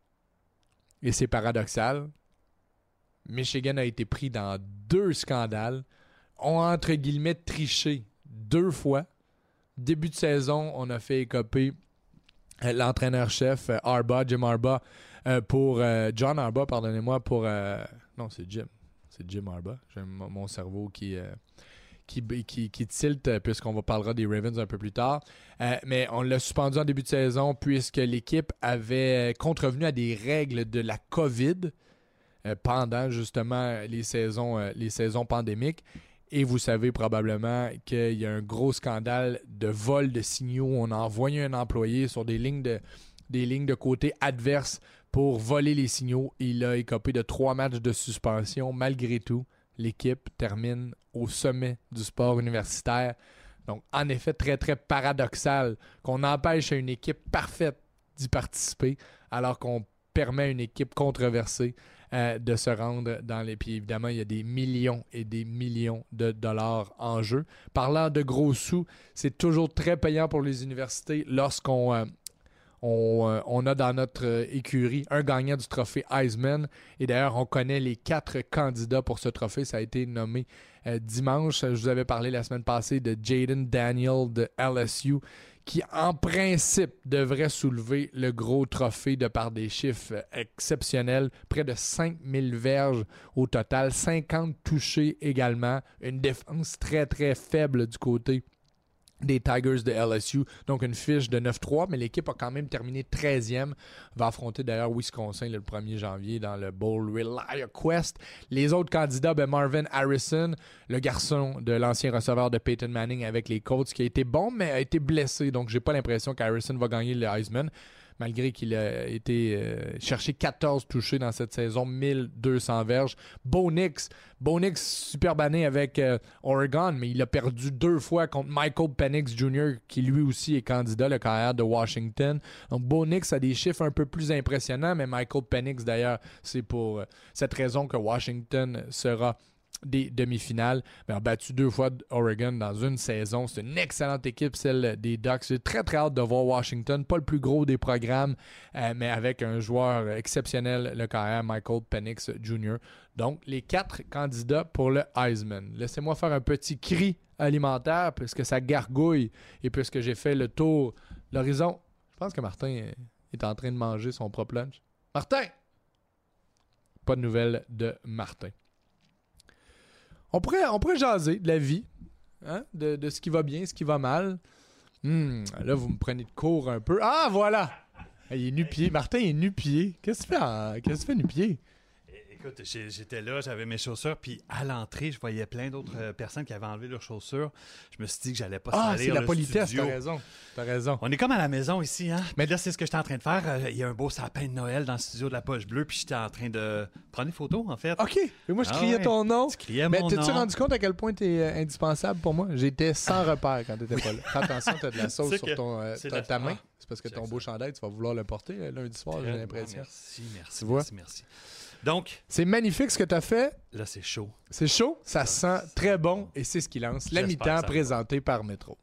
et c'est paradoxal, Michigan a été pris dans 2 scandales, ont entre guillemets triché 2 fois. Début de saison, on a fait écoper l'entraîneur-chef Jim Harbaugh, John Harbaugh, pardonnez-moi, non, c'est Jim. C'est Jim Harbaugh. J'ai mon cerveau qui tilte puisqu'on parlera des Ravens un peu plus tard. Mais on l'a suspendu en début de saison puisque l'équipe avait contrevenu à des règles de la COVID pendant justement les saisons pandémiques. Et vous savez probablement qu'il y a un gros scandale de vol de signaux. On a envoyé un employé sur des lignes de côté adverses pour voler les signaux. Il a écopé de 3 matchs de suspension. Malgré tout, l'équipe termine au sommet du sport universitaire. Donc, en effet, très, très paradoxal qu'on empêche à une équipe parfaite d'y participer alors qu'on permet à une équipe controversée de se rendre dans les... Puis évidemment, il y a des millions et des millions de dollars en jeu. Parlant de gros sous, c'est toujours très payant pour les universités lorsqu'on a dans notre écurie un gagnant du trophée Heisman. Et d'ailleurs, on connaît les 4 candidats pour ce trophée. Ça a été nommé dimanche. Je vous avais parlé la semaine passée de Jaden Daniel de LSU, qui en principe devrait soulever le gros trophée de par des chiffres exceptionnels. Près de 5000 verges au total, 50 touchés également. Une défense très très faible du côté des Tigers de LSU. Donc, une fiche de 9-3, mais l'équipe a quand même terminé 13e. Va affronter d'ailleurs Wisconsin le 1er janvier dans le Bowl Reliant Quest. Les autres candidats, Marvin Harrison, le garçon de l'ancien receveur de Peyton Manning avec les Colts, qui a été bon, mais a été blessé. Donc, j'ai pas l'impression qu'Harrison va gagner le Heisman, malgré qu'il a été chercher 14 touchés dans cette saison, 1200 verges. Bo Nix, super banné avec Oregon, mais il a perdu 2 fois contre Michael Penix Jr., qui lui aussi est candidat, le carrière de Washington. Donc, Bo Nix a des chiffres un peu plus impressionnants, mais Michael Penix, d'ailleurs, c'est pour cette raison que Washington sera des demi-finales, mais a battu 2 fois Oregon dans une saison. C'est une excellente équipe, celle des Ducks. J'ai très très hâte de voir Washington, pas le plus gros des programmes, mais avec un joueur exceptionnel, le carrière Michael Penix Jr. Donc, les 4 candidats pour le Heisman. Laissez-moi faire un petit cri alimentaire, puisque ça gargouille et puisque j'ai fait le tour de l'horizon. Je pense que Martin est en train de manger son propre lunch. Martin! Pas de nouvelles de Martin. On pourrait jaser de la vie, hein? De ce qui va bien, ce qui va mal. Là, vous me prenez de court un peu. Ah, voilà! Il est nu-pied. Martin est nu-pied. Qu'est-ce que tu fais nu-pied? Écoute, j'étais là, j'avais mes chaussures, puis à l'entrée, je voyais plein d'autres personnes qui avaient enlevé leurs chaussures. Je me suis dit que j'allais pas salir c'est la le politesse, studio. T'as raison. On est comme à la maison ici, hein? Mais là, c'est ce que j'étais en train de faire. Il y a un beau sapin de Noël dans le studio de la Poche Bleue, puis j'étais en train de prendre des photos, en fait. OK. Et moi, je criais ton nom. Tu criais mais mon nom. t'es-tu rendu compte à quel point t'es indispensable pour moi? J'étais sans repère quand t'étais pas là. Fais attention, t'as de la sauce sur ta main. C'est parce que ton beau chandail, tu vas vouloir le porter lundi soir, j'ai l'impression. Merci. Tu vois? Merci. Donc, c'est magnifique ce que tu as fait. Là, c'est chaud. C'est chaud, ça sent très bon et c'est ce qui lance la mi-temps présentée par Métro.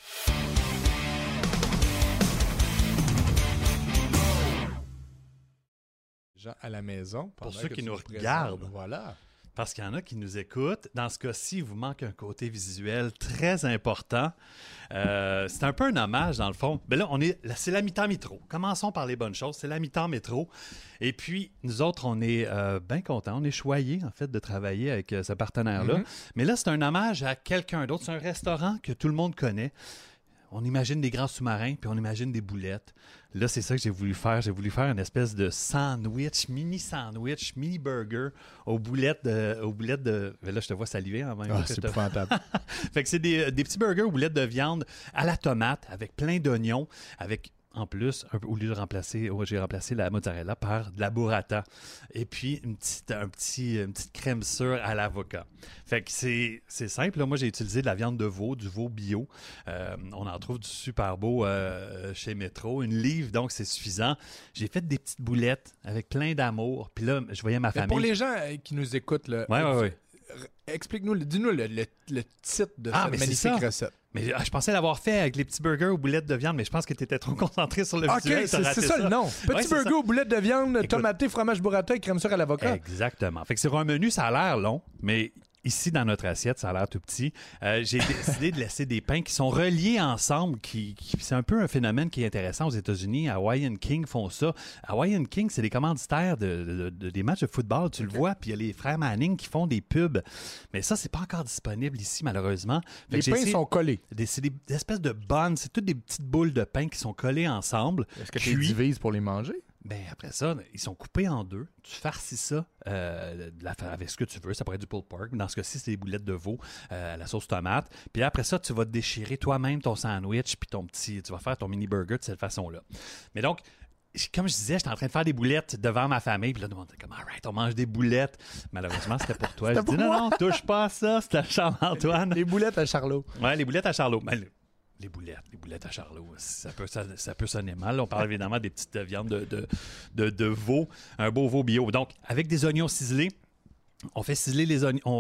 Gens à la maison. Pour ceux qui nous regardent. Voilà. Parce qu'il y en a qui nous écoutent. Dans ce cas-ci, il vous manque un côté visuel très important. C'est un peu un hommage, dans le fond. Mais là, c'est la mi-temps métro. Commençons par les bonnes choses. C'est la mi-temps métro. Et puis, nous autres, on est bien contents. On est choyés, en fait, de travailler avec ce partenaire-là. Mais là, c'est un hommage à quelqu'un d'autre. C'est un restaurant que tout le monde connaît. On imagine des grands sous-marins, puis on imagine des boulettes. Là, c'est ça que j'ai voulu faire. J'ai voulu faire une espèce de sandwich, mini burger aux boulettes de... Là, je te vois saliver en même temps. C'est épouvantable. Fait que c'est des petits burgers aux boulettes de viande à la tomate, avec plein d'oignons, avec... En plus, au lieu de j'ai remplacé la mozzarella par de la burrata. Et puis, une petite crème sûre à l'avocat. Fait que c'est simple. Là, moi, j'ai utilisé de la viande de veau, du veau bio. On en trouve du super beau chez Métro. 1 livre, donc c'est suffisant. J'ai fait des petites boulettes avec plein d'amour. Puis là, je voyais ma famille. Pour les gens qui nous écoutent, Ouais. Explique-nous, dis-nous le titre de cette magnifique recette. Mais je pensais l'avoir fait avec les petits burgers aux boulettes de viande, mais je pense que tu étais trop concentré sur le visuel. OK, c'est ça le nom. Petit burger aux boulettes de viande, tomaté, fromage burrata et crème sûre à l'avocat. Exactement. Fait que sur un menu, ça a l'air long, mais... Ici, dans notre assiette, ça a l'air tout petit. J'ai décidé de laisser des pains qui sont reliés ensemble. C'est un peu un phénomène qui est intéressant aux États-Unis. Hawaiian King font ça. Hawaiian King, c'est des commanditaires des matchs de football. Tu le vois. Puis il y a les frères Manning qui font des pubs. Mais ça, c'est pas encore disponible ici, malheureusement. Les pains sont collés. C'est des espèces de buns. C'est toutes des petites boules de pain qui sont collées ensemble. Est-ce que tu les divises pour les manger? Ben après ça, ils sont coupés en 2. Tu farcis ça avec ce que tu veux. Ça pourrait être du pulled pork. Dans ce cas-ci, c'est des boulettes de veau à la sauce tomate. Puis après ça, tu vas déchirer toi-même ton sandwich puis tu vas faire ton mini burger de cette façon-là. Mais donc, comme je disais, j'étais en train de faire des boulettes devant ma famille. Puis là, tout le monde était comme, all right, on mange des boulettes. Malheureusement, c'était pour toi. Je dis, non, touche pas à ça. C'était à Charles-Antoine. Les boulettes à Charlot. Ouais, les boulettes à Charlot. Ben, les boulettes à Charlot, ça peut sonner mal. On parle évidemment des petites viandes de veau, un beau veau bio. Donc, avec des oignons ciselés, on fait ciseler les oignons. On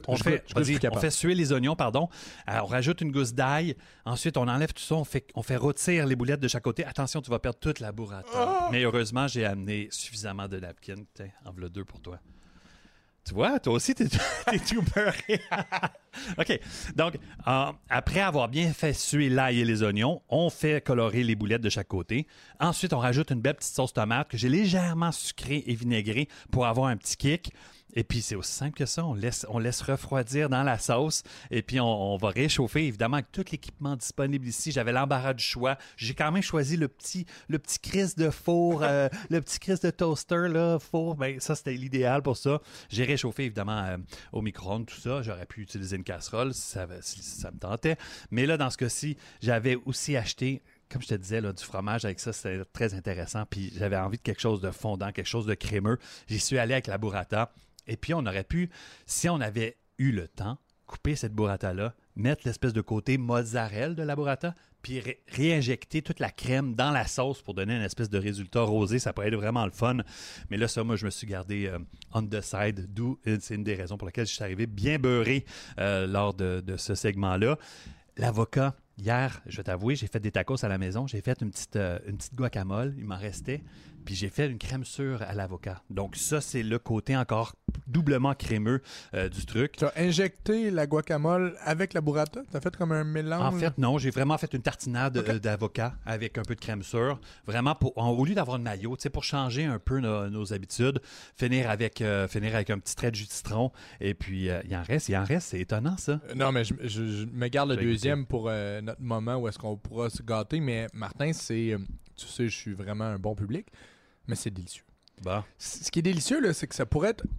fait suer les oignons, pardon. On rajoute une gousse d'ail. Ensuite, on enlève tout ça. On fait rôtir les boulettes de chaque côté. Attention, tu vas perdre toute la burrata. Oh! Mais heureusement, j'ai amené suffisamment de napkins. Tiens, en voilà 2 pour toi. Tu vois, toi aussi, t'es tout beurré. OK. Donc, après avoir bien fait suer l'ail et les oignons, on fait colorer les boulettes de chaque côté. Ensuite, on rajoute une belle petite sauce tomate que j'ai légèrement sucrée et vinaigrée pour avoir un petit kick. Et puis, c'est aussi simple que ça. On laisse refroidir dans la sauce. Et puis, on va réchauffer, évidemment, avec tout l'équipement disponible ici. J'avais l'embarras du choix. J'ai quand même choisi le petit Chris de four, le petit Chris de toaster, là, four. Ben, ça, c'était l'idéal pour ça. J'ai réchauffé, évidemment, au micro-ondes, tout ça. J'aurais pu utiliser une casserole si ça me tentait. Mais là, dans ce cas-ci, j'avais aussi acheté... Comme je te disais, là, du fromage avec ça, c'était très intéressant. Puis j'avais envie de quelque chose de fondant, quelque chose de crémeux. J'y suis allé avec la burrata. Et puis on aurait pu, si on avait eu le temps, couper cette burrata-là, mettre l'espèce de côté mozzarella de la burrata, puis réinjecter toute la crème dans la sauce pour donner une espèce de résultat rosé. Ça pourrait être vraiment le fun. Mais là, ça, moi, je me suis gardé on the side, d'où c'est une des raisons pour lesquelles je suis arrivé bien beurré lors de ce segment-là. L'avocat, hier, je vais t'avouer, j'ai fait des tacos à la maison. J'ai fait une petite guacamole, il m'en restait. Puis j'ai fait une crème sûre à l'avocat. Donc ça, c'est le côté encore doublement crémeux du truc. Tu as injecté la guacamole avec la burrata? Tu as fait comme un mélange? En fait, non. J'ai vraiment fait une tartinade d'avocat avec un peu de crème sûre. Vraiment, au lieu d'avoir de mayo, pour changer un peu nos habitudes, finir avec un petit trait de jus de citron. Et puis, il en reste. C'est étonnant, ça. Non, mais je me garde le deuxième pour notre moment où est-ce qu'on pourra se gâter. Mais Martin, tu sais, je suis vraiment un bon public. Mais c'est délicieux. Bon. Ce qui est délicieux, là, c'est que ça pourrait être...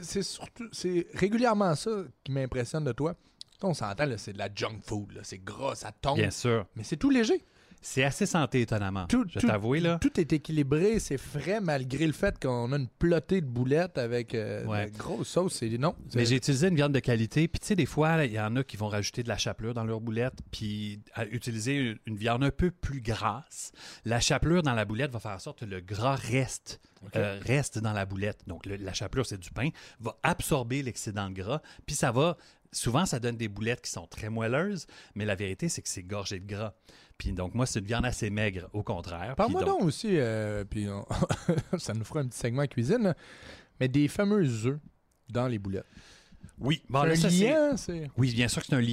C'est régulièrement ça qui m'impressionne de toi. On s'entend, là, c'est de la junk food. Là, c'est gras, ça tombe. Bien sûr. Mais c'est tout léger. C'est assez santé, étonnamment. Je vais t'avouer, là. Tout est équilibré, c'est frais, malgré le fait qu'on a une plotée de boulettes avec de grosse sauce. Mais j'ai utilisé une viande de qualité. Puis, tu sais, des fois, il y en a qui vont rajouter de la chapelure dans leur boulette. Puis, utiliser une viande un peu plus grasse. La chapelure dans la boulette va faire en sorte que le gras reste dans la boulette. Donc, la chapelure, c'est du pain, va absorber l'excédent de gras. Puis, souvent, ça donne des boulettes qui sont très moelleuses. Mais la vérité, c'est que c'est gorgé de gras. Puis donc, moi, c'est une viande assez maigre, au contraire. Parle-moi donc aussi, puis ça nous fera un petit segment cuisine, là, mais des fameux œufs dans les boulettes. Oui. Bon, c'est un liant, c'est... Oui, bien sûr que c'est un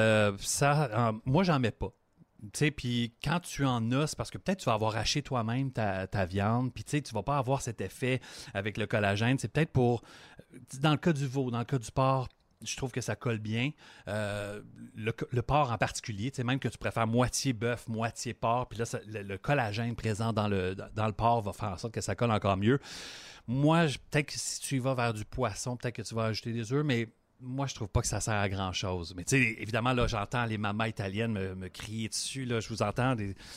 liant. Moi, j'en mets pas. Tu sais, puis quand tu en as, c'est parce que peut-être tu vas avoir haché toi-même ta viande, puis tu sais, tu vas pas avoir cet effet avec le collagène. C'est peut-être dans le cas du veau, dans le cas du porc, je trouve que ça colle bien. Le porc en particulier, tu sais, même que tu préfères moitié bœuf, moitié porc, puis là, le collagène présent dans le porc va faire en sorte que ça colle encore mieux. Moi, peut-être que si tu y vas vers du poisson, peut-être que tu vas ajouter des œufs, mais moi, je trouve pas que ça sert à grand-chose. Mais tu sais, évidemment, là, j'entends les mamas italiennes me crier dessus. Là, je vous entends.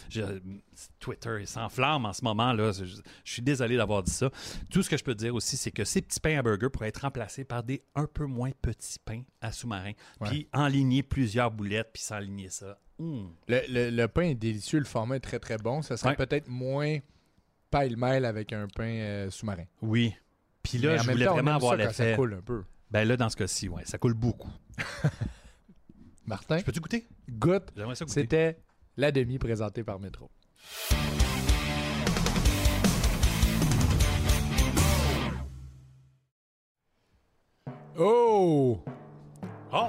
Twitter s'enflamme en ce moment. Là. Je suis désolé d'avoir dit ça. Tout ce que je peux te dire aussi, c'est que ces petits pains à burger pourraient être remplacés par des un peu moins petits pains à sous-marin. Puis enligner plusieurs boulettes, puis s'enligner ça. Le pain est délicieux. Le format est très, très bon. Ça serait peut-être moins pêle-mêle avec un pain sous-marin. Oui. Puis là, je voulais vraiment avoir l'effet. Ça coule un peu. Ben là, dans ce cas-ci, ça coule beaucoup. Martin? Je peux-tu goûter? Goûte. J'aimerais ça goûter. C'était la demi présentée par Métro. Oh! Oh!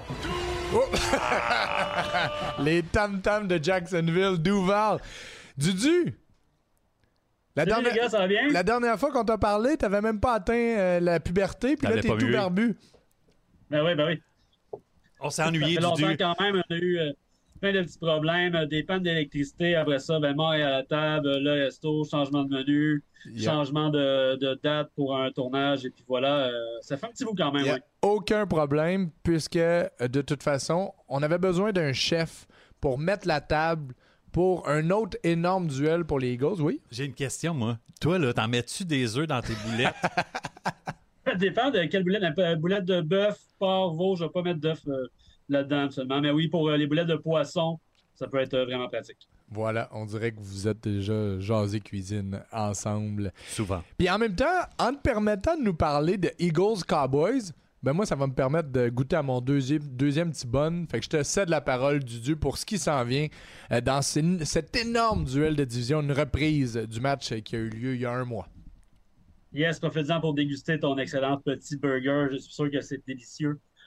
Les tam-tams de Jacksonville, Duval. Dudu! Les gars, ça va bien? La dernière fois qu'on t'a parlé, t'avais même pas atteint la puberté, puis là, t'es tout barbu. Ben oui. On s'est ennuyé, Dudu. Ça fait Dudu. longtemps quand même, on a eu plein de petits problèmes, des pannes d'électricité, après ça, mort à la table, le resto, changement de menu, changement de date pour un tournage, et puis voilà, ça fait un petit bout quand même. Aucun problème, puisque de toute façon, on avait besoin d'un chef pour mettre la table pour un autre énorme duel pour les Eagles, oui? J'ai une question, moi. Toi, là, t'en mets-tu des œufs dans tes boulettes? Ça dépend de quelle boulette. Une boulette de bœuf, porc, veau, je ne vais pas mettre d'œuf là-dedans seulement. Mais oui, pour les boulettes de poisson, ça peut être vraiment pratique. Voilà, on dirait que vous êtes déjà jasé cuisine ensemble. Souvent. Puis en même temps, en te permettant de nous parler de Eagles Cowboys, ben moi, ça va me permettre de goûter à mon deuxième petit bun. Fait que je te cède la parole, Dudu, pour ce qui s'en vient dans cet énorme duel de division, une reprise du match qui a eu lieu il y a un mois. Yes, profite-en pour déguster ton excellent petit burger. Je suis sûr que c'est délicieux.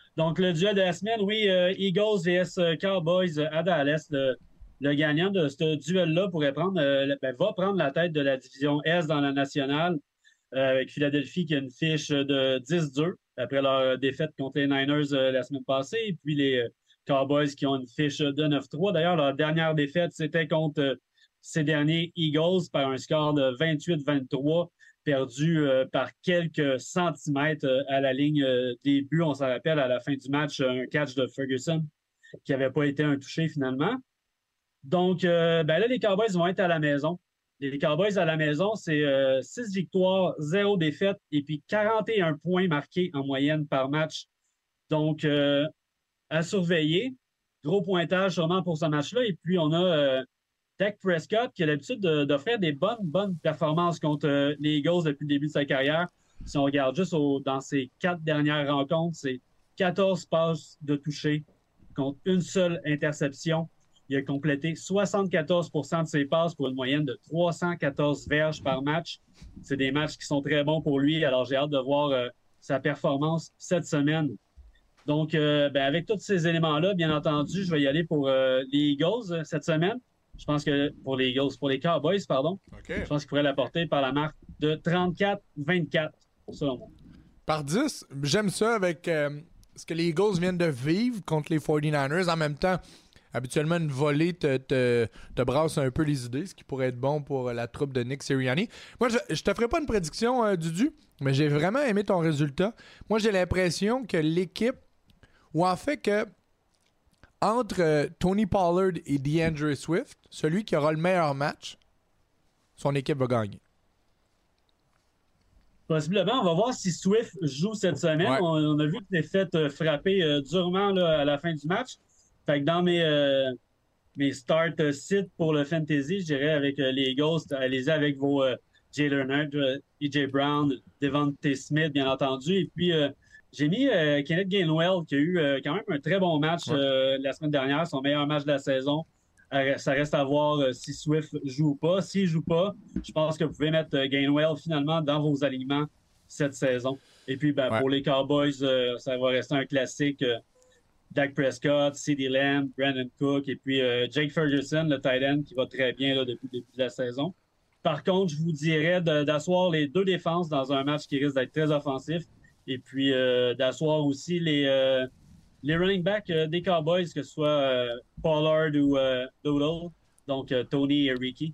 Donc, le duel de la semaine, oui, Eagles vs Cowboys à Dallas. Le gagnant de ce duel-là va prendre la tête de la division S dans la nationale, avec Philadelphie qui a une fiche de 10-2 après leur défaite contre les Niners la semaine passée. Et puis les Cowboys qui ont une fiche de 9-3. D'ailleurs, leur dernière défaite, c'était contre ces derniers Eagles par un score de 28-23, perdu par quelques centimètres à la ligne des buts. On s'en rappelle à la fin du match, un catch de Ferguson qui n'avait pas été un touché finalement. Donc, là, les Cowboys vont être à la maison. Les Cowboys à la maison, c'est 6 victoires, 0 défaites et puis 41 points marqués en moyenne par match. Donc, à surveiller. Gros pointage sûrement pour ce match-là. Et puis, on a Dak Prescott qui a l'habitude d'offrir des bonnes performances contre les Eagles depuis le début de sa carrière. Si on regarde juste dans ses 4 dernières rencontres, c'est 14 passes de toucher contre une seule interception. Il a complété 74 % de ses passes pour une moyenne de 314 verges par match. C'est des matchs qui sont très bons pour lui. Alors, j'ai hâte de voir sa performance cette semaine. Donc, avec tous ces éléments-là, bien entendu, je vais y aller pour les Eagles cette semaine. Je pense que pour les Cowboys, pardon. Okay. Je pense qu'ils pourraient l'apporter par la marque de 34-24, selon moi. Par 10, j'aime ça avec ce que les Eagles viennent de vivre contre les 49ers. En même temps, habituellement, une volée te brasse un peu les idées, ce qui pourrait être bon pour la troupe de Nick Sirianni. Moi, je te ferai pas une prédiction, Dudu, mais j'ai vraiment aimé ton résultat. Moi, j'ai l'impression que l'équipe, ou en fait que entre Tony Pollard et DeAndre Swift, celui qui aura le meilleur match, son équipe va gagner. Possiblement. On va voir si Swift joue cette semaine. Ouais. On a vu qu'il s'est fait frapper durement là, à la fin du match. Fait que dans mes start sites pour le fantasy, je dirais avec les Eagles, allez-y avec vos Jalen Hurts, E.J. Brown, Devontae Smith, bien entendu. Et puis, j'ai mis Kenneth Gainwell, qui a eu quand même un très bon match la semaine dernière, son meilleur match de la saison. Ça reste à voir si Swift joue ou pas. S'il joue pas, je pense que vous pouvez mettre Gainwell finalement dans vos alignements cette saison. Et puis, pour les Cowboys, ça va rester un classique. Dak Prescott, CeeDee Lamb, Brandon Cook et puis Jake Ferguson, le tight end, qui va très bien là, depuis le début de la saison. Par contre, je vous dirais d'asseoir les deux défenses dans un match qui risque d'être très offensif. Et puis, d'asseoir aussi les running backs des Cowboys, que ce soit Pollard ou Doodle, donc Tony et Ricky.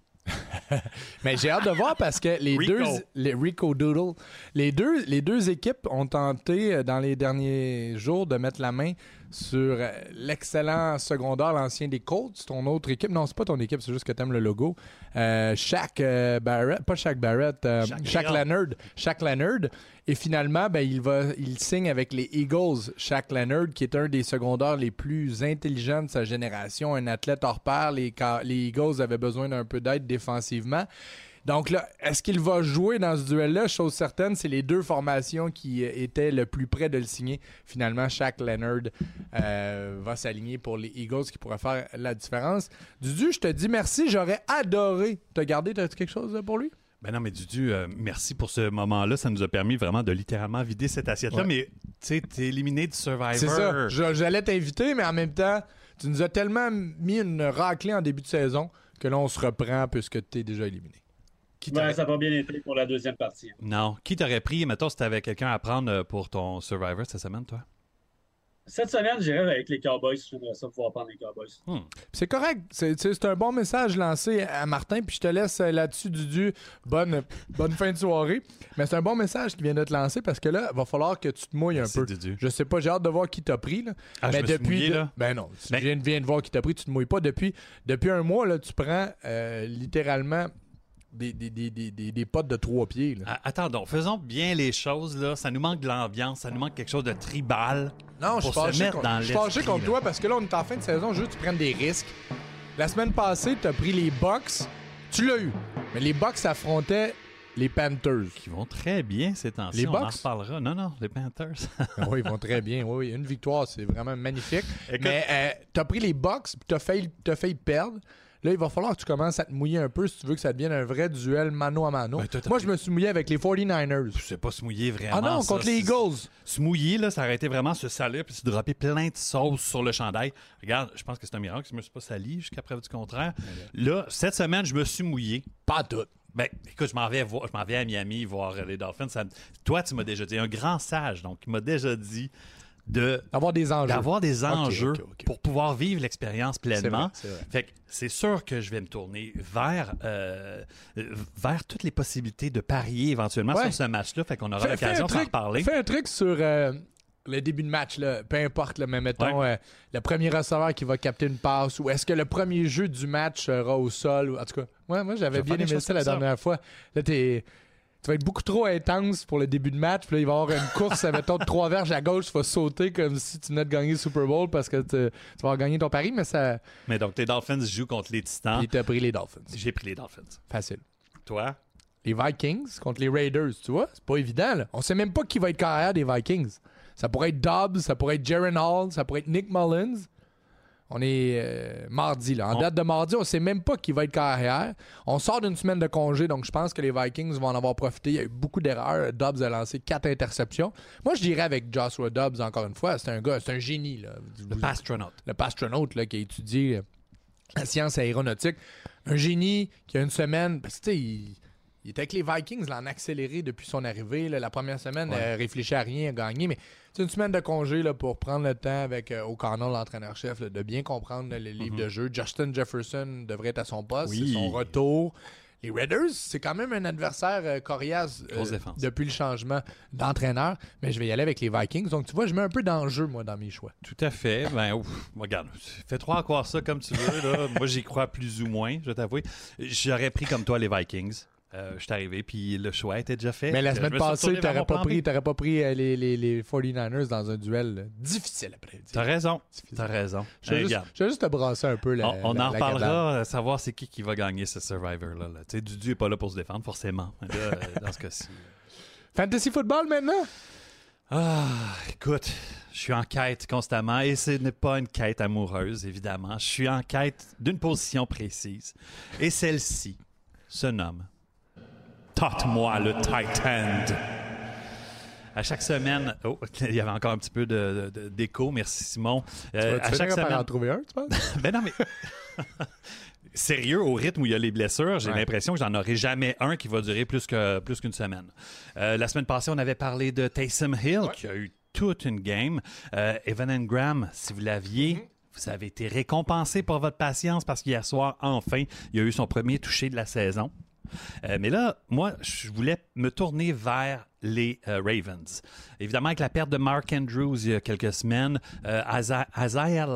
Mais j'ai hâte de voir parce que Rico Doodle, les deux équipes ont tenté dans les derniers jours de mettre la main sur l'excellent secondaire, l'ancien des Colts, ton autre équipe. Non, c'est pas ton équipe, c'est juste que t'aimes le logo. Shaq Barrett, pas Shaq Barrett, Shaq Leonard. Et finalement, il signe avec les Eagles, Shaq Leonard, qui est un des secondaires les plus intelligents de sa génération, un athlète hors pair. Les Eagles avaient besoin d'un peu d'aide défensivement. Donc là, est-ce qu'il va jouer dans ce duel-là? Chose certaine, c'est les deux formations qui étaient le plus près de le signer. Finalement, Shaq Leonard va s'aligner pour les Eagles, qui pourrait faire la différence. Dudu, je te dis merci. J'aurais adoré te garder. T'as-tu quelque chose pour lui? Ben non, mais Dudu, merci pour ce moment-là. Ça nous a permis vraiment de littéralement vider cette assiette-là. Ouais. Mais tu sais, t'es éliminé du Survivor. C'est ça. J'allais t'inviter, mais en même temps, tu nous as tellement mis une raclée en début de saison que là, on se reprend puisque t'es déjà éliminé. Ça va bien été pour la deuxième partie. Non. Qui t'aurait pris, mettons, si t'avais quelqu'un à prendre pour ton Survivor cette semaine, toi? Cette semaine, j'irai avec les Cowboys. J'aimerais ça pouvoir prendre les Cowboys. C'est correct. C'est un bon message lancé à Martin. Puis je te laisse là-dessus, Dudu. Bonne fin de soirée. Mais c'est un bon message qui vient de te lancer parce que là, il va falloir que tu te mouilles un peu. Dudu. Je sais pas, j'ai hâte de voir qui t'a pris. Là. Mais je me suis mouillé, là? Ben non. Si tu viens de voir qui t'a pris, tu te mouilles pas. Depuis un mois, là, tu prends littéralement des potes de 3 pieds. Là. Attendons, faisons bien les choses. Là. Ça nous manque de l'ambiance, ça nous manque quelque chose de tribal. Non, je suis fâché contre toi parce que là, on est en fin de saison, juste tu prennes des risques. La semaine passée, tu as pris les Bucks. Tu l'as eu. Mais les Bucks affrontaient les Panthers. Qui vont très bien ces temps-ci. Les Bucks? On en reparlera. Non, les Panthers. Oui, ils vont très bien. Oui, une victoire, c'est vraiment magnifique. Écoute, mais tu as pris les Bucks puis tu as failli perdre. Là, il va falloir que tu commences à te mouiller un peu si tu veux que ça devienne un vrai duel mano à mano. Moi, je me suis mouillé avec les 49ers. Je sais pas se mouiller vraiment. Ah non, ça, contre les Eagles. Se mouiller, là, ça aurait été vraiment se salir puis se dropper plein de sauce sur le chandail. Regarde, je pense que c'est un miracle. Je me suis pas sali jusqu'à preuve du contraire. Là, cette semaine, je me suis mouillé. Pas tout. Ben, écoute, je m'en vais à Miami voir les Dolphins. Toi, tu m'as déjà dit, un grand sage, donc, il m'a déjà dit d'avoir des enjeux. Okay. Pour pouvoir vivre l'expérience pleinement. C'est vrai. Fait que c'est sûr que je vais me tourner vers toutes les possibilités de parier éventuellement sur ce match-là. Fait qu'on aura l'occasion de s'en reparler. Fais un truc sur le début de match, là, peu importe, là, mais mettons le premier receveur qui va capter une passe, ou est-ce que le premier jeu du match sera au sol? En tout cas, moi j'avais bien aimé ça la dernière fois. Là, tu vas être beaucoup trop intense pour le début de match. Puis là, il va y avoir une course, mettons, de 3 verges à gauche. Tu vas sauter comme si tu venais de gagner le Super Bowl parce que tu vas gagner ton pari, mais ça... Mais donc, les Dolphins jouent contre les Titans. Puis t'as pris les Dolphins. J'ai pris les Dolphins. Facile. Toi? Les Vikings contre les Raiders, tu vois? C'est pas évident, là. On sait même pas qui va être carrière des Vikings. Ça pourrait être Dobbs, ça pourrait être Jaren Hall, ça pourrait être Nick Mullins. On est mardi, là. En date de mardi, on sait même pas qui va être carrière. On sort d'une semaine de congé, donc je pense que les Vikings vont en avoir profité. Il y a eu beaucoup d'erreurs. Dobbs a lancé 4 interceptions. Moi, je dirais avec Joshua Dobbs, encore une fois, c'est un génie, là. Le pastronaute. Le pastronaute, là, qui a étudié la science aéronautique. Un génie qui a une semaine... Parce que, tu sais, il était avec les Vikings, là, en accéléré depuis son arrivée. Là, la première semaine, réfléchit à rien, a gagné, mais c'est une semaine de congé là, pour prendre le temps avec O'Connell, l'entraîneur-chef, là, de bien comprendre le livre de jeu. Justin Jefferson devrait être à son poste, c'est son retour. Les Raiders, c'est quand même un adversaire coriace depuis le changement d'entraîneur, mais je vais y aller avec les Vikings. Donc, tu vois, je mets un peu d'enjeu, moi, dans mes choix. Tout à fait. Ben, regarde, fais-toi croire ça comme tu veux. Là. Moi, j'y crois plus ou moins, je t'avoue. J'aurais pris comme toi les Vikings. Je suis arrivé, puis le choix était déjà fait. Mais la semaine passée, tu n'aurais pas pris les 49ers dans un duel difficile à prédire. T'as raison. Je vais juste te brasser un peu on en reparlera, savoir c'est qui va gagner ce Survivor-là. Tu sais, Dudu n'est pas là pour se défendre, forcément. Là, dans ce cas-ci. Fantasy football, maintenant? Écoute, je suis en quête constamment, et ce n'est pas une quête amoureuse, évidemment. Je suis en quête d'une position précise. Et celle-ci se nomme Tente-moi le tight end. À chaque semaine... Oh, il y avait encore un petit peu d'écho. Merci, Simon. À chaque semaine... en trouver un, tu penses? Ben non, mais... Sérieux, au rythme où il y a les blessures, j'ai l'impression que j'en aurai jamais un qui va durer plus qu'une semaine. La semaine passée, on avait parlé de Taysom Hill, qui a eu toute une game. Evan Engram, si vous l'aviez... Vous avez été récompensé pour votre patience parce qu'hier soir, enfin, il a eu son premier touché de la saison. Mais là, moi, je voulais me tourner vers les Ravens. Évidemment, avec la perte de Mark Andrews il y a quelques semaines, Isaiah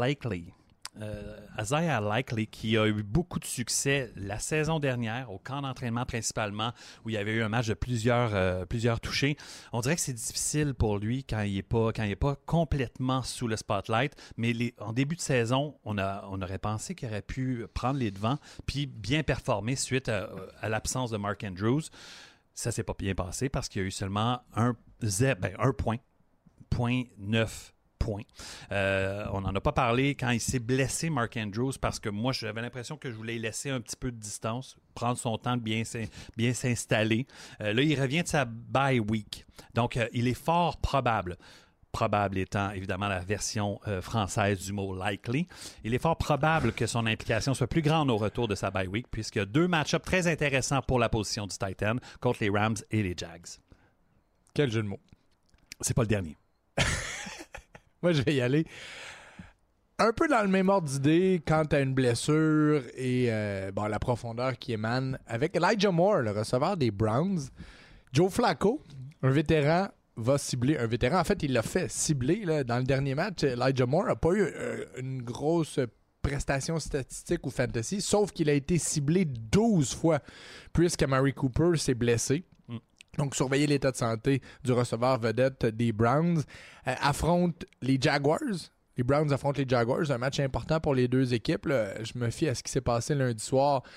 Likely, qui a eu beaucoup de succès la saison dernière, au camp d'entraînement principalement, où il y avait eu un match de plusieurs touchés. On dirait que c'est difficile pour lui quand il n'est pas complètement sous le spotlight, mais en début de saison, on aurait pensé qu'il aurait pu prendre les devants puis bien performer suite à l'absence de Mark Andrews. Ça ne s'est pas bien passé parce qu'il y a eu seulement un point, 0.9 points. On n'en a pas parlé quand il s'est blessé, Mark Andrews, parce que moi, j'avais l'impression que je voulais laisser un petit peu de distance, prendre son temps de bien s'installer. Là, il revient de sa bye week. Donc, il est fort probable étant évidemment la version française du mot likely, il est fort probable que son implication soit plus grande au retour de sa bye week, puisqu'il y a 2 match-ups très intéressants pour la position du tight end contre les Rams et les Jags. Quel jeu de mots. C'est pas le dernier. Moi, je vais y aller un peu dans le même ordre d'idée quant à une blessure et la profondeur qui émane avec Elijah Moore, le receveur des Browns. Joe Flacco, un vétéran, va cibler un vétéran. En fait, il l'a fait cibler là, dans le dernier match. Elijah Moore n'a pas eu une grosse prestation statistique ou fantasy, sauf qu'il a été ciblé 12 fois puisque Amari Cooper s'est blessé. Donc, surveiller l'état de santé du receveur vedette des Browns. Affronte les Jaguars. Les Browns affrontent les Jaguars. Un match important pour les deux équipes. Là. Je me fie à ce qui s'est passé lundi soir.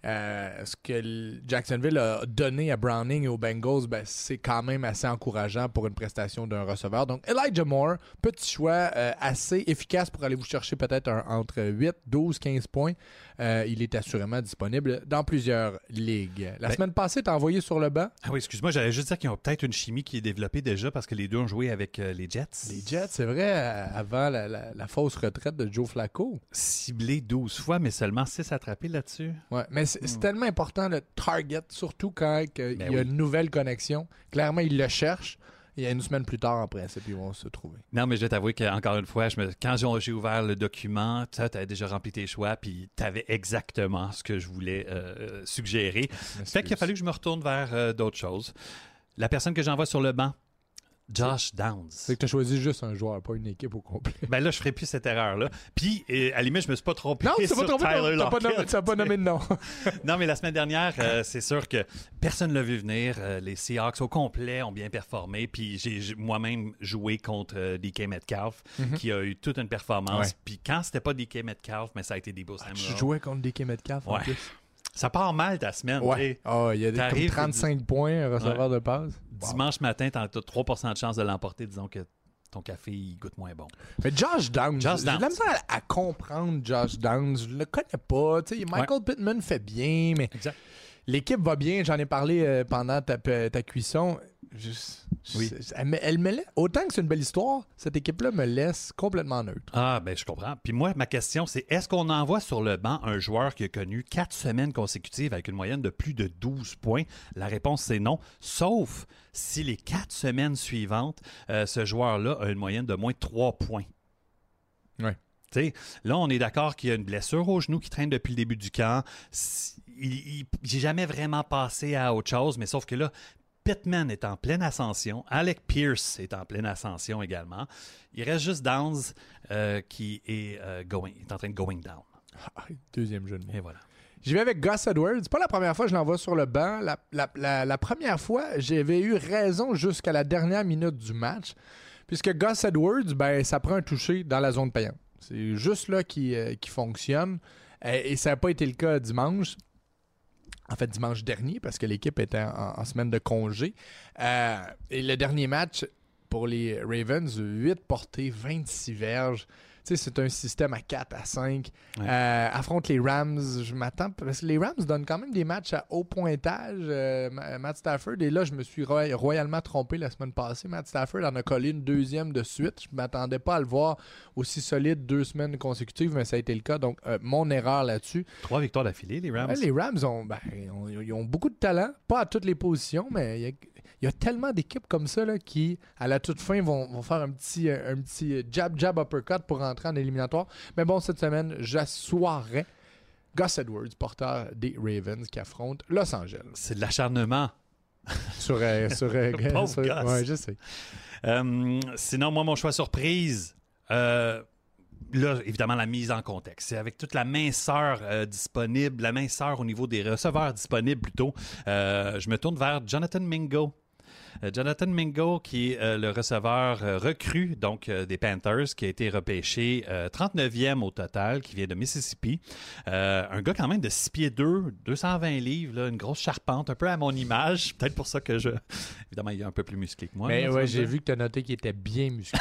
Ce que Jacksonville a donné à Browning et aux Bengals, ben, c'est quand même assez encourageant pour une prestation d'un receveur. Donc, Elijah Moore, petit choix assez efficace pour aller vous chercher peut-être entre 8, 12, 15 points. Il est assurément disponible dans plusieurs ligues. La semaine passée, t'as envoyé sur le banc? Ah oui, excuse-moi, j'allais juste dire qu'ils ont peut-être une chimie qui est développée déjà parce que les deux ont joué avec les Jets. Les Jets, c'est vrai, avant la fausse retraite de Joe Flacco. Ciblé 12 fois, mais seulement 6 attrapés là-dessus. Ouais, mais c'est tellement important le target, surtout quand il y a une nouvelle connexion. Clairement, ils le cherchent. Il y a une semaine plus tard, en principe, ils vont se trouver. Non, mais je vais t'avouer qu'encore une fois, quand j'ai ouvert le document, tu avais déjà rempli tes choix, puis tu avais exactement ce que je voulais suggérer. Fait qu'il a fallu que je me retourne vers d'autres choses. La personne que j'envoie sur le banc, Josh Downs. C'est que tu as choisi juste un joueur, pas une équipe au complet. Ben là, je ferai plus cette erreur-là. Puis, à la limite, je me suis pas trompé. Non, tu sur pas trompé. Tyler Lockett. Tu n'as pas nommé de nom. Non, mais la semaine dernière, c'est sûr que personne ne l'a vu venir. Les Seahawks au complet ont bien performé. Puis j'ai moi-même joué contre DK Metcalf, qui a eu toute une performance. Ouais. Puis quand c'était pas DK Metcalf, mais ça a été Deebo Samuel. Tu jouais contre DK Metcalf en plus. Ça part mal ta semaine. Ouais. Il y a comme 35 points receveur de passe. Dimanche matin, tu as 3% de chance de l'emporter. Disons que ton café, il goûte moins bon. Mais Josh Downs, j'ai de la misère à comprendre Josh Downs. Je le connais pas. Michael Pittman fait bien, mais l'équipe va bien. J'en ai parlé pendant ta cuisson. Elle me laisse, autant que c'est une belle histoire, cette équipe-là me laisse complètement neutre. Ah, ben je comprends. Puis moi, ma question, c'est est-ce qu'on envoie sur le banc un joueur qui a connu 4 semaines consécutives avec une moyenne de plus de 12 points? La réponse, c'est non. Sauf si les 4 semaines suivantes, ce joueur-là a une moyenne de moins de 3 points. Ouais. T'sais, là, on est d'accord qu'il y a une blessure au genou qui traîne depuis le début du camp. J'ai jamais vraiment passé à autre chose, mais sauf que là, Pittman est en pleine ascension. Alec Pierce est en pleine ascension également. Il reste juste Downs qui est en train de going down. Deuxième jeu de mots. Et voilà. J'y vais avec Gus Edwards. C'est pas la première fois que je l'envoie sur le banc. La première fois, j'avais eu raison jusqu'à la dernière minute du match. Puisque Gus Edwards, ben, ça prend un toucher dans la zone payante. C'est juste là qui fonctionne. Et ça n'a pas été le cas dimanche. En fait, dimanche dernier, parce que l'équipe était en semaine de congé. Et le dernier match pour les Ravens, 8 portées, 26 verges. Tu sais, c'est un système à 4, à 5. Ouais. Affronte les Rams, je m'attends, parce que les Rams donnent quand même des matchs à haut pointage. Matt Stafford, et là, je me suis royalement trompé la semaine passée. Matt Stafford en a collé une deuxième de suite. Je ne m'attendais pas à le voir aussi solide 2 semaines consécutives, mais ça a été le cas. Donc, mon erreur là-dessus. 3 victoires d'affilée, les Rams. Ouais, les Rams ils ont beaucoup de talent. Pas à toutes les positions, mais il y a tellement d'équipes comme ça là, qui, à la toute fin, vont faire un petit jab uppercut pour rentrer en éliminatoire. Mais bon, cette semaine, j'assoirais Gus Edwards, porteur des Ravens, qui affronte Los Angeles. C'est de l'acharnement. sur Pauvre Gus. Ouais, je sais. Sinon, moi, mon choix surprise, là, évidemment, la mise en contexte. C'est avec toute la minceur disponible, la minceur au niveau des receveurs disponibles plutôt. Je me tourne vers Jonathan Mingo. Jonathan Mingo, qui est le receveur recru donc des Panthers, qui a été repêché 39e au total, qui vient de Mississippi. Un gars quand même de 6 pieds 2, 220 livres, là, une grosse charpente, un peu à mon image. Peut-être pour ça que évidemment, il est un peu plus musclé que moi. Mais là, ouais, j'ai vu que tu as noté qu'il était bien musclé.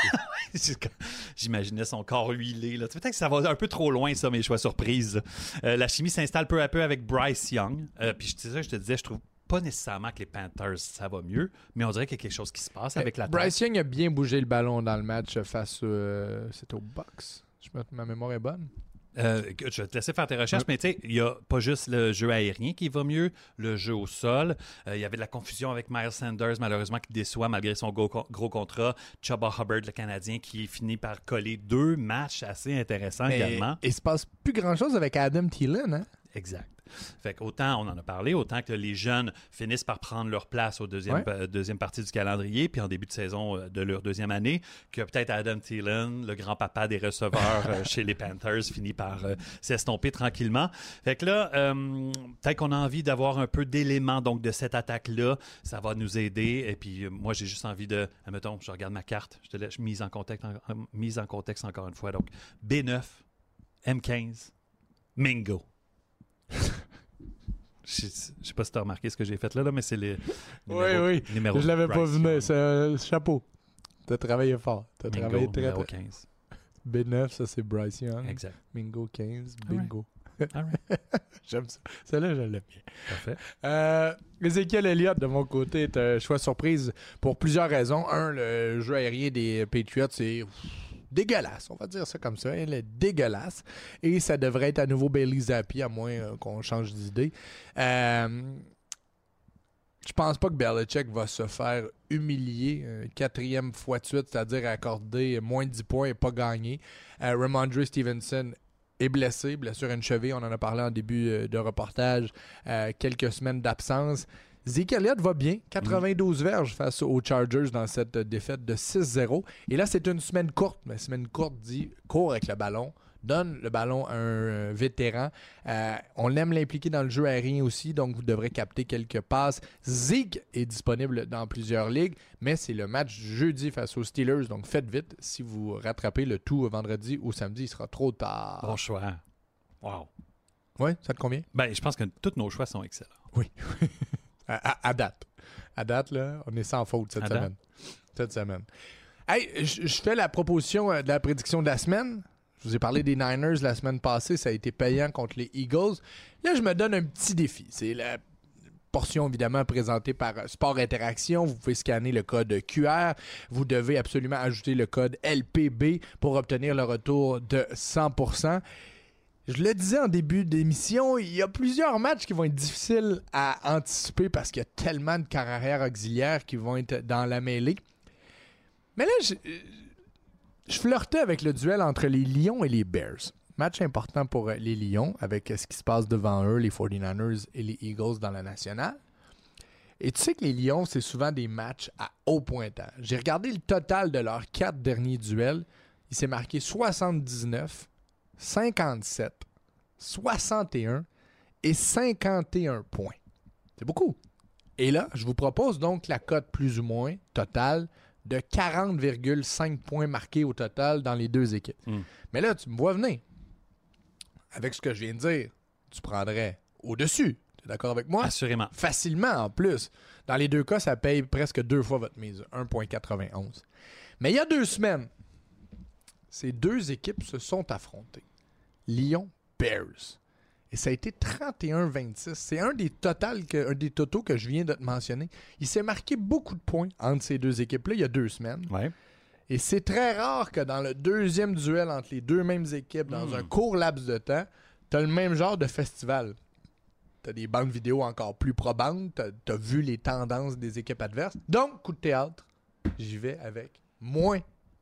J'imaginais son corps huilé. Là. Peut-être que ça va un peu trop loin, ça, mes choix surprises. La chimie s'installe peu à peu avec Bryce Young. Puis je te disais, je trouve pas nécessairement que les Panthers, ça va mieux, mais on dirait qu'il y a quelque chose qui se passe avec la tête. Bryce Young a bien bougé le ballon dans le match face c'était aux Bucks. Ma mémoire est bonne. Je vais te laisser faire tes recherches, mais tu sais, il n'y a pas juste le jeu aérien qui va mieux, le jeu au sol. Il y avait de la confusion avec Miles Sanders, malheureusement, qui déçoit malgré son gros contrat. Chubba Hubbard, le Canadien, qui finit par coller 2 matchs assez intéressants également. Et il se passe plus grand-chose avec Adam Thielen, hein? Exact. Fait qu'autant, on en a parlé, autant que les jeunes finissent par prendre leur place au deuxième partie du calendrier, puis en début de saison de leur deuxième année, que peut-être Adam Thielen, le grand-papa des receveurs chez les Panthers, finit par s'estomper tranquillement. Fait que là, peut-être qu'on a envie d'avoir un peu d'éléments donc de cette attaque-là. Ça va nous aider. Et puis, moi, j'ai juste envie de... Admettons, je regarde ma carte, je te laisse mise en contexte encore une fois. Donc, B9, M15, Mingo. Je sais pas si tu as remarqué ce que j'ai fait là, mais c'est les numéros. Je l'avais pas vu, c'est chapeau. Tu as travaillé fort. Tu as travaillé très, numéro très... 15. B9, ça c'est Bryce Young. Exact. Mingo 15, bingo. All right. J'aime ça. Celle-là, je l'aime bien. Parfait. Ezekiel Elliott, de mon côté, est un choix surprise pour plusieurs raisons. Un, le jeu aérien des Patriots, c'est dégueulasse. On va dire ça comme ça. Il est dégueulasse. Et ça devrait être à nouveau Bailey Zappi, à moins qu'on change d'idée. Je pense pas que Belichick va se faire humilier quatrième fois de suite, c'est-à-dire accorder moins de 10 points et pas gagner. Ramondre Stevenson est blessé, blessure à une cheville, on en a parlé en début de reportage, quelques semaines d'absence. Zeke Elliott va bien, 92 verges face aux Chargers dans cette défaite de 6-0. Et là, c'est une semaine courte, mais semaine courte dit court avec le ballon. Donne le ballon à un vétéran. On aime l'impliquer dans le jeu aérien aussi, donc vous devrez capter quelques passes. Zeke est disponible dans plusieurs ligues, mais c'est le match jeudi face aux Steelers, donc faites vite. Si vous rattrapez le tout vendredi ou samedi, il sera trop tard. Bon choix. Wow. Oui, ça te convient? Ben, je pense que tous nos choix sont excellents. Oui. à date. À date, là, on est sans faute cette semaine. Cette semaine. Hey, je fais la proposition de la prédiction de la semaine. Je vous ai parlé des Niners la semaine passée. Ça a été payant contre les Eagles. Là, je me donne un petit défi. C'est la portion, évidemment, présentée par Sport Interaction. Vous pouvez scanner le code QR. Vous devez absolument ajouter le code LPB pour obtenir le retour de 100%. Je le disais en début d'émission, il y a plusieurs matchs qui vont être difficiles à anticiper parce qu'il y a tellement de carrières auxiliaires qui vont être dans la mêlée. Mais là, je flirtais avec le duel entre les Lions et les Bears. Match important pour les Lions avec ce qui se passe devant eux, les 49ers et les Eagles dans la nationale. Et tu sais que les Lions, c'est souvent des matchs à haut pointage. J'ai regardé le total de leurs 4 derniers duels. Il s'est marqué 79, 57, 61 et 51 points. C'est beaucoup. Et là, je vous propose donc la cote plus ou moins totale de 40,5 points marqués au total dans les deux équipes. Mais là, tu me vois venir. Avec ce que je viens de dire, tu prendrais au-dessus. Tu es d'accord avec moi? Assurément. Facilement, en plus. Dans les deux cas, ça paye presque 2 fois votre mise, 1,91. Mais il y a 2 semaines, ces deux équipes se sont affrontées. Lions-Bears. Et ça a été 31-26. C'est un des totaux que je viens de te mentionner. Il s'est marqué beaucoup de points entre ces deux équipes-là il y a 2 semaines. Ouais. Et c'est très rare que dans le deuxième duel entre les deux mêmes équipes, dans un court laps de temps, tu as le même genre de festival. Tu as des bandes vidéo encore plus probantes. Tu as vu les tendances des équipes adverses. Donc, coup de théâtre, j'y vais avec moins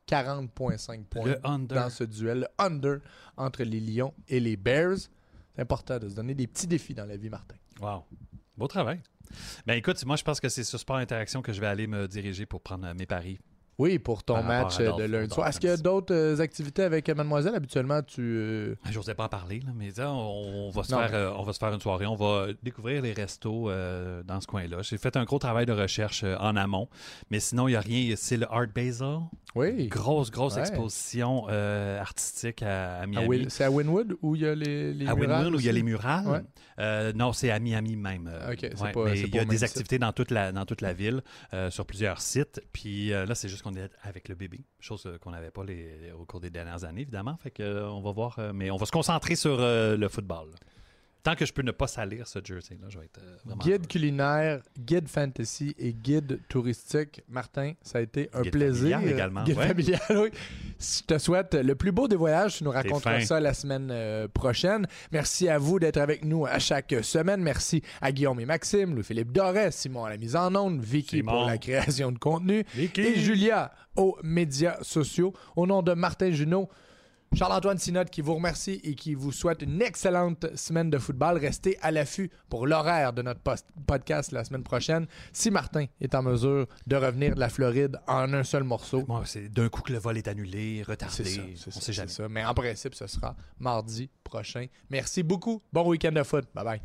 40,5 points dans ce duel. Le under entre les Lions et les Bears. C'est important de se donner des petits défis dans la vie, Martin. Wow. Beau travail. Ben écoute, moi, je pense que c'est sur Sport Interaction que je vais aller me diriger pour prendre mes paris. Oui, pour ton match de lundi soir. Est-ce qu'il y a d'autres activités avec Mademoiselle? Habituellement, tu... Je n'osais pas en parler, là, mais on va se faire une soirée. On va découvrir les restos dans ce coin-là. J'ai fait un gros travail de recherche en amont, mais sinon, il n'y a rien. C'est le Art Basel. Oui. Grosse exposition artistique à Miami. C'est à Wynwood où il y a les murales? À Wynwood où il y a les murales? Ouais. Non, c'est à Miami même. OK, mais il y a des activités dans toute la ville, sur plusieurs sites. Puis là, c'est juste qu'on est avec le bébé, chose qu'on n'avait pas au cours des dernières années, évidemment. Fait que on va voir, mais on va se concentrer sur le football. Tant que je peux ne pas salir ce jersey-là, je vais être vraiment guide culinaire, guide fantasy et guide touristique. Martin, ça a été un plaisir. Familial également. Guide familial, oui. Je te souhaite le plus beau des voyages. Tu nous raconteras ça la semaine prochaine. Merci à vous d'être avec nous à chaque semaine. Merci à Guillaume et Maxime, Louis-Philippe Doré, Simon à la mise en onde, Vicky pour la création de contenu et Julia aux médias sociaux. Au nom de Martin Junot, Charles-Antoine Sinotte qui vous remercie et qui vous souhaite une excellente semaine de football. Restez à l'affût pour l'horaire de notre podcast la semaine prochaine. Si Martin est en mesure de revenir de la Floride en un seul morceau. Moi, c'est d'un coup que le vol est annulé, retardé. On sait jamais. Ça. Mais en principe, ce sera mardi prochain. Merci beaucoup. Bon week-end de foot. Bye-bye.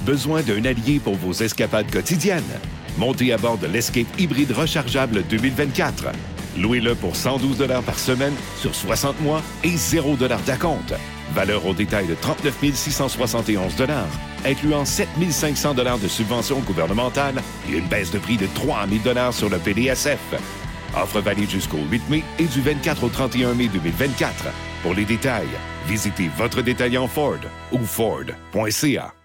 Besoin d'un allié pour vos escapades quotidiennes? Montez à bord de l'Escape hybride rechargeable 2024. Louez-le pour 112 $ par semaine sur 60 mois et 0 $ d'acompte. Valeur au détail de 39 671 $, incluant 7 500 $ de subventions gouvernementales et une baisse de prix de 3 000 $ sur le PDSF. Offre valide jusqu'au 8 mai et du 24 au 31 mai 2024. Pour les détails, visitez votre détaillant Ford ou Ford.ca.